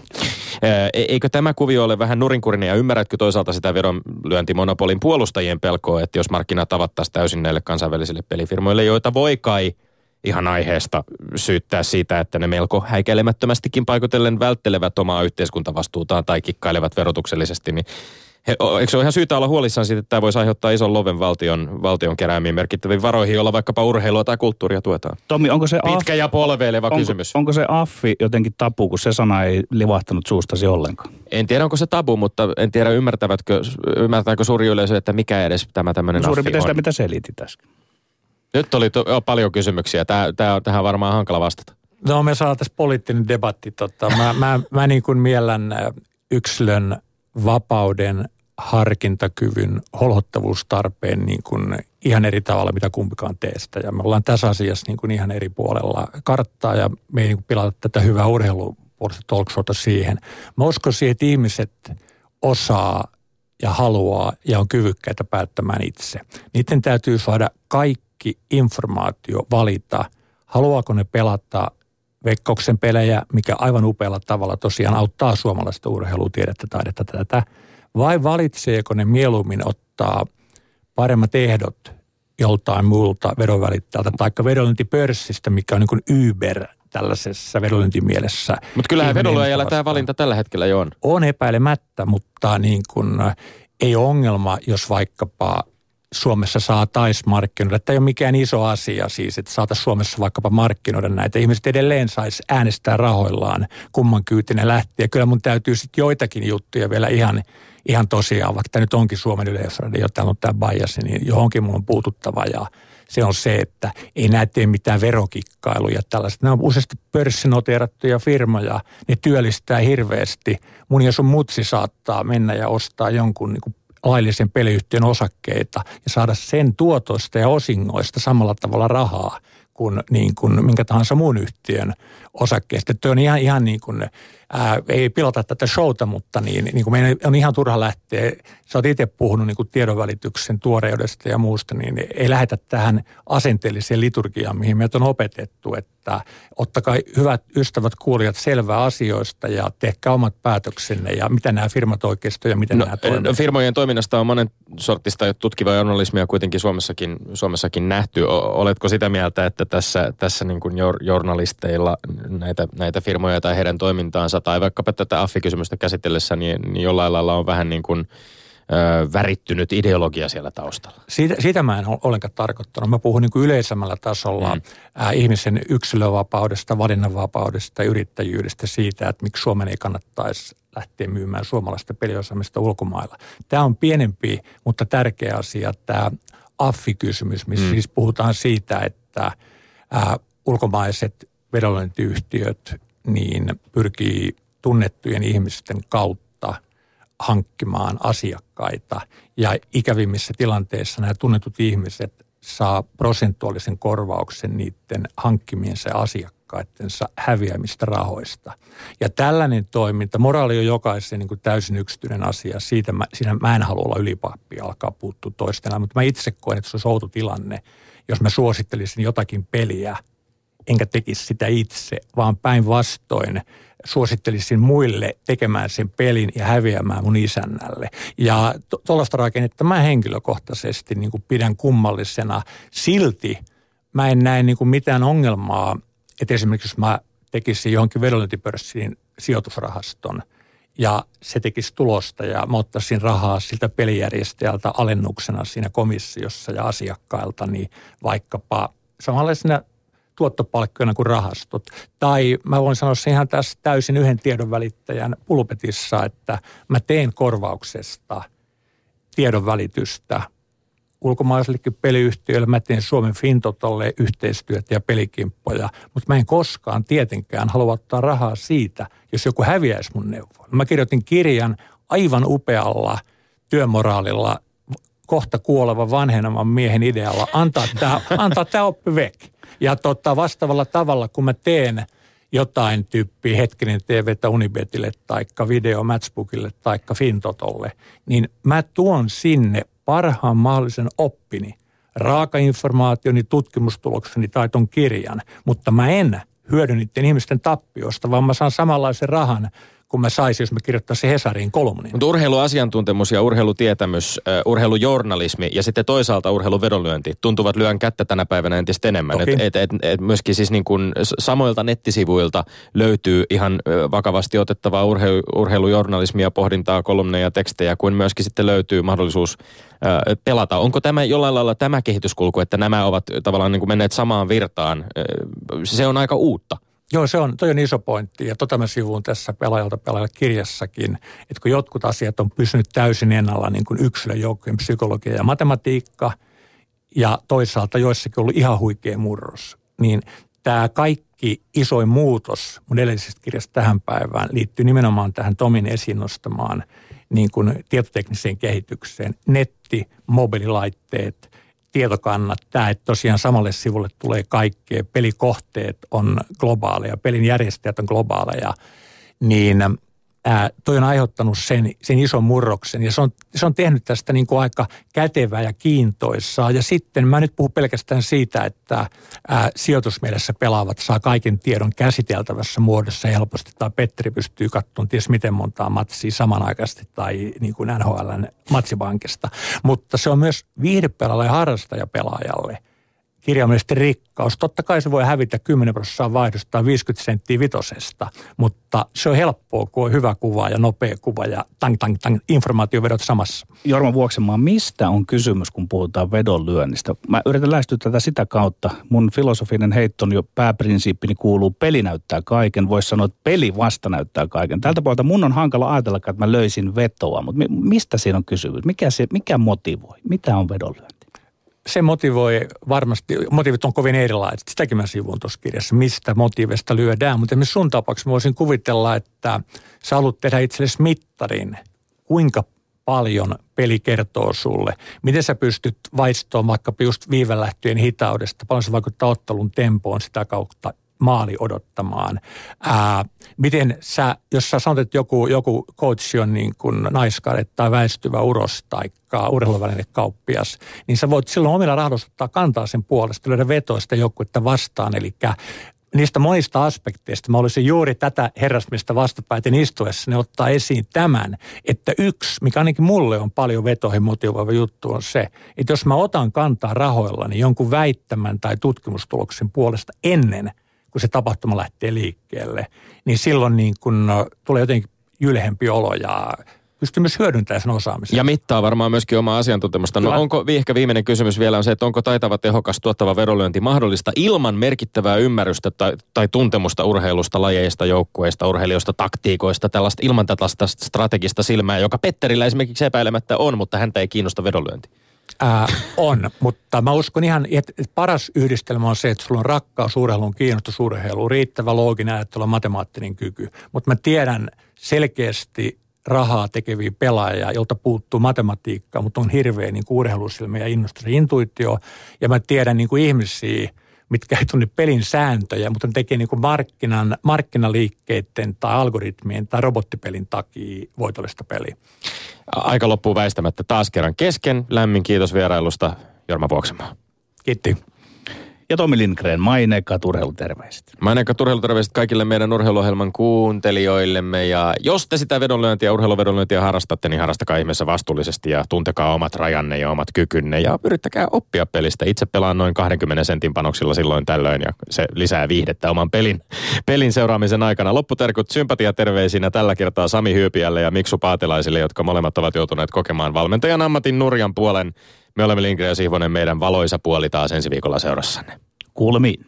Eikö tämä kuvio ole vähän nurinkurinen, ja ymmärrätkö toisaalta sitä vedonlyöntimonopolin puolustajien pelkoa, että jos markkinat avattaisiin täysin näille kansainvälisille pelifirmoille, joita voi kai ihan aiheesta syyttää siitä, että ne melko häikäilemättömästikin paikotellen välttelevät omaa yhteiskuntavastuutaan tai kikkailevat verotuksellisesti, niin He, eikö se ole ihan syytä olla huolissaan siitä, että tämä voisi aiheuttaa ison loven valtion, valtion keräämiin merkittäviin varoihin, jolla vaikkapa urheilua tai kulttuuria tuetaan? Tomi, onko se Pitkä aff, ja polveileva onko, kysymys. Onko se affi jotenkin tabu, kun se sana ei livahtanut suustasi ollenkaan? En tiedä, onko se tabu, mutta en tiedä, ymmärtävätkö, ymmärtääkö suuri yleisö, että mikä edes tämä tämmöinen affi on. Suurin sitä, mitä selitit äsken. Nyt oli to, paljon kysymyksiä. Tämä, tämä, tähän on varmaan hankala vastata. No me saadaan tässä poliittinen debatti. Tota. Mä, mä, mä niin kuin miellän yksilön vapauden, harkintakyvyn, holhottavuustarpeen niin kuin ihan eri tavalla, mitä kumpikaan teestä. Ja me ollaan tässä asiassa niin kuin ihan eri puolella karttaa ja me ei niin kuin pilata tätä hyvää urheilupuolista talkshowta siihen. Mä uskon siihen, että ihmiset osaa ja haluaa ja on kyvykkäitä päättämään itse. Niiden täytyy saada kaikki informaatio valita. Haluaako ne pelata Veikkauksen pelejä, mikä aivan upealla tavalla tosiaan auttaa suomalaista urheilua, tiedettä, taidetta, tätä. Vai valitseeko ne mieluummin ottaa paremmat ehdot joltain muulta veronvälittäjältä, taikka vedonlyöntipörssistä, mikä on niin kuin Uber tällaisessa vedonlyöntimielessä. Mutta kyllähän vedonlyöjällä tämä valinta tällä hetkellä jo on. On epäilemättä, mutta niin kuin ei ole ongelma, jos vaikkapa Suomessa saataisiin markkinoida. Tämä ei ole mikään iso asia siis, että saataisiin Suomessa vaikkapa markkinoida näitä. Ihmiset edelleen saisi äänestää rahoillaan kumman kyytin ne lähtee. Ja kyllä mun täytyy sitten joitakin juttuja vielä ihan, ihan tosiaan, vaikka tämä nyt onkin Suomen Yleisradio, täällä on tämä bias, niin johonkin mun on puututtava ja se on se, että ei näe tee mitään verokikkailuja tällaiset. Nämä on useasti pörssinoteerattuja firmoja, ne työllistää hirveästi. Mun ja sun mutsi saattaa mennä ja ostaa jonkun niin kuin laillisen peliyhtiön osakkeita ja saada sen tuotoista ja osingoista samalla tavalla rahaa kuin, niin kuin minkä tahansa muun yhtiön osakkeista. Tuo on ihan, ihan niin kuin, ää, ei pilata tätä showta, mutta niin, niin kuin meidän on ihan turha lähteä. Sä oot itse puhunut niin kuin tiedonvälityksen tuoreudesta ja muusta, niin ei lähetä tähän asenteelliseen liturgiaan, mihin meitä on opetettu, että ottakaa hyvät ystävät kuulijat selvää asioista ja tehkää omat päätöksenne ja mitä nämä firmat oikeasti ja miten no, nämä toimivat. Firmojen toiminnasta on monen sortista tutkivaa journalismia kuitenkin Suomessakin, Suomessakin nähty. Oletko sitä mieltä, että tässä, tässä niin kuin journalisteilla näitä, näitä firmoja tai heidän toimintaansa tai vaikkapa tätä affikysymystä käsitellessä, niin, niin jollain lailla on vähän niin kuin ö, värittynyt ideologia siellä taustalla? Siitä, siitä mä en ole ollenkaan tarkoittanut. Mä puhun niin kuin yleisemmällä tasolla mm. ää, ihmisen yksilövapaudesta, valinnanvapaudesta, yrittäjyydestä, siitä, että miksi Suomen ei kannattaisi lähteä myymään suomalaista peliosaamista ulkomailla. Tämä on pienempi, mutta tärkeä asia, tämä affikysymys, missä mm. siis puhutaan siitä, että ää, ulkomaiset vedonlyöntiyhtiöt niin pyrkii tunnettujen ihmisten kautta hankkimaan asiakkaita. Ja ikävimmissä tilanteissa nämä tunnetut ihmiset saa prosentuaalisen korvauksen niiden hankkimiensa asiakkaittensa häviämistä rahoista. Ja tällainen toiminta, moraali on jokaisen niin kuin täysin yksityinen asia. Siitä mä, siinä mä en halua olla ylipappi ja alkaa puuttua toisten. Mutta mä itse koen, että se olisi outo tilanne, jos mä suosittelisin jotakin peliä, enkä tekisi sitä itse, vaan päinvastoin suosittelisin muille tekemään sen pelin ja häviämään mun isännälle. Ja tuollaista to- rakennetta mä henkilökohtaisesti niin kuin pidän kummallisena. Silti mä en näe niin kuin mitään ongelmaa, että esimerkiksi jos mä tekisin johonkin vedonlyöntipörssiin sijoitusrahaston ja se tekisi tulosta ja mä ottaisin rahaa siltä pelijärjestäjältä alennuksena siinä komissiossa ja asiakkailta, niin vaikkapa samanlaisena tuottopalkkoina kuin rahastot. Tai mä voin sanoa se ihan tässä täysin yhden tiedonvälittäjän pulpetissa, että mä teen korvauksesta tiedonvälitystä ulkomaisellekin peliyhtiöille. Mä teen Suomen Fintotolle yhteistyötä ja pelikimppoja, mutta mä en koskaan tietenkään halua ottaa rahaa siitä, jos joku häviäisi mun neuvoon. Mä kirjoitin kirjan aivan upealla työmoraalilla, kohta kuolevan vanhenevan miehen idealla, antaa tämä antaa tää oppi vek. Ja tota, vastaavalla tavalla, kun mä teen jotain tyyppiä hetkinen T V:tä Unibetille, taikka video Matchbookille, taikka Fintotolle, niin mä tuon sinne parhaan mahdollisen oppini, raaka-informaationi, tutkimustulokseni tai ton kirjan, mutta mä en hyödy niiden ihmisten tappiosta, vaan mä saan samanlaisen rahan, kun mä saisin, jos mä kirjoittaisin Hesariin kolumnin. Mutta urheiluasiantuntemus ja urheilutietämys, uh, urheilujournalismi ja sitten toisaalta urheiluvedonlyönti tuntuvat lyön kättä tänä päivänä entistä enemmän. Et, et, et, et myöskin siis niin kuin samoilta nettisivuilta löytyy ihan vakavasti otettavaa urheilu, urheilujournalismia, pohdintaa, kolumneja, tekstejä, kuin myöskin sitten löytyy mahdollisuus uh, pelata. Onko tämä jollain lailla tämä kehityskulku, että nämä ovat tavallaan niin kuin menneet samaan virtaan? Uh, se on aika uutta. Joo, se on, toi on iso pointti ja tota mä sivuun tässä pelaajalta pelaajalle kirjassakin, että kun jotkut asiat on pysynyt täysin ennalla, niin kuin yksilöjoukkojen psykologia ja matematiikka ja toisaalta joissakin on ollut ihan huikea murros, niin tämä kaikki isoin muutos mun edellisestä kirjasta tähän päivään liittyy nimenomaan tähän Tomin esiin nostamaan niin kuin tietotekniseen kehitykseen, netti, mobiililaitteet, tietokannat, tämä, että tosiaan samalle sivulle tulee kaikkea, pelikohteet on globaaleja, pelin järjestäjät on globaaleja, niin ää, toi on aiheuttanut sen, sen ison murroksen ja se on, se on tehnyt tästä niin kuin aika kätevää ja kiintoisaa. Ja sitten mä nyt puhun pelkästään siitä, että ää, sijoitusmielessä pelaavat saa kaiken tiedon käsiteltävässä muodossa helposti, tai Petteri pystyy katsomaan ties miten montaa matsia samanaikaisesti tai niin kuin N H L:n matsibankista. Mutta se on myös viihdepelaajalle ja harrastajapelaajalle kirjaimellisesti rikkaus. Totta kai se voi hävitä kymmenen prosenttia vaihdosta tai viisikymmentä senttiä vitosesta, mutta se on helppoa, kun on hyvä kuva ja nopea kuva ja tang, tang, tang, informaatiovedot samassa. Jorma Vuoksenmaa, mistä on kysymys, kun puhutaan vedonlyönnistä? Mä yritän lähestyä tätä sitä kautta. Mun filosofinen heittoni jo pääprinsiippini kuuluu, peli näyttää kaiken. Voisi sanoa, että peli vasta näyttää kaiken. Tältä puolelta mun on hankala ajatella, että mä löisin vetoa, mutta mistä siinä on kysymys? Mikä, se, mikä motivoi? Mitä on vedonlyönti? Se motivoi varmasti, motiivit on kovin erilaiset. Sitäkin mä sivuun tuossa kirjassa, mistä motiivista lyödään. Mutta esimerkiksi sun tapauksessa voisin kuvitella, että sä haluat tehdä itsellesi mittarin, kuinka paljon peli kertoo sulle. Miten sä pystyt vaistoon vaikka just viivelähtöjen hitaudesta, paljon se vaikuttaa ottelun tempoon sitä kautta maali odottamaan. Ää, miten sä, jos sä sanot, että joku, joku coachi on niin kuin naiskare tai väistyvä uros tai urheiluvälinekauppias, niin sä voit silloin omilla rahoilla ottaa kantaa sen puolesta, löydä vetoista joukkuetta vastaan. Eli niistä monista aspekteista mä olisin juuri tätä herrasmiestä vastapäätin istuessa, ne ottaa esiin tämän, että yksi, mikä ainakin mulle on paljon vetoihin motivoiva juttu, on se, että jos mä otan kantaa rahoillani jonkun väittämän tai tutkimustuloksen puolesta ennen, kun se tapahtuma lähtee liikkeelle, niin silloin niin kun tulee jotenkin jylhempi olo ja pystyy myös hyödyntämään sen osaamisen. Ja mittaa varmaan myöskin omaa asiantuntemusta. No onko, ehkä viimeinen kysymys vielä on se, että onko taitava, tehokas, tuottava vedonlyönti mahdollista ilman merkittävää ymmärrystä tai, tai tuntemusta urheilusta, lajeista, joukkueista, urheilijoista, taktiikoista, tällaista ilman tällaista strategista silmää, joka Petterillä esimerkiksi epäilemättä on, mutta häntä ei kiinnosta vedonlyönti. Ää, on, mutta mä uskon ihan, että paras yhdistelmä on se, että sulla on rakkaus urheiluun, kiinnostus urheiluun, riittävä looginen ajattelu, matemaattinen kyky. Mutta mä tiedän selkeästi rahaa tekeviä pelaajia, jolta puuttuu matematiikkaa, mutta on hirveä niin kuin urheilusilmä ja innostus ja intuitio. Ja mä tiedän niin kuin ihmisiä, mitkä ei tunne pelin sääntöjä, mutta ne tekee niin kuin markkinan, markkinaliikkeiden tai algoritmien tai robottipelin takia voitollista peliä. Aika loppuu väistämättä taas kerran kesken. Lämmin kiitos vierailusta, Jorma Vuoksenmaa. Kiitti. Ja Tomi Lindgren, maineikkaat urheiluterveiset. Maineikkaat urheiluterveiset kaikille meidän urheiluohjelman kuuntelijoillemme. Ja jos te sitä vedonlyöntiä, urheiluvedonlyöntiä harrastatte, niin harrastakaa ihmeessä vastuullisesti ja tuntekaa omat rajanne ja omat kykynne. Ja yrittäkää oppia pelistä. Itse pelaan noin kaksikymmentä sentin panoksilla silloin tällöin ja se lisää viihdettä oman pelin, pelin seuraamisen aikana. Lopputerkut sympatiaterveisinä tällä kertaa Sami Hyypiälle ja Miksu Paatelaisille, jotka molemmat ovat joutuneet kokemaan valmentajan ammatin nurjan puolen. Me olemme Lindgren ja Sihvonen, meidän valoisa puoli taas ensi viikolla seurassanne. Kuulemiin.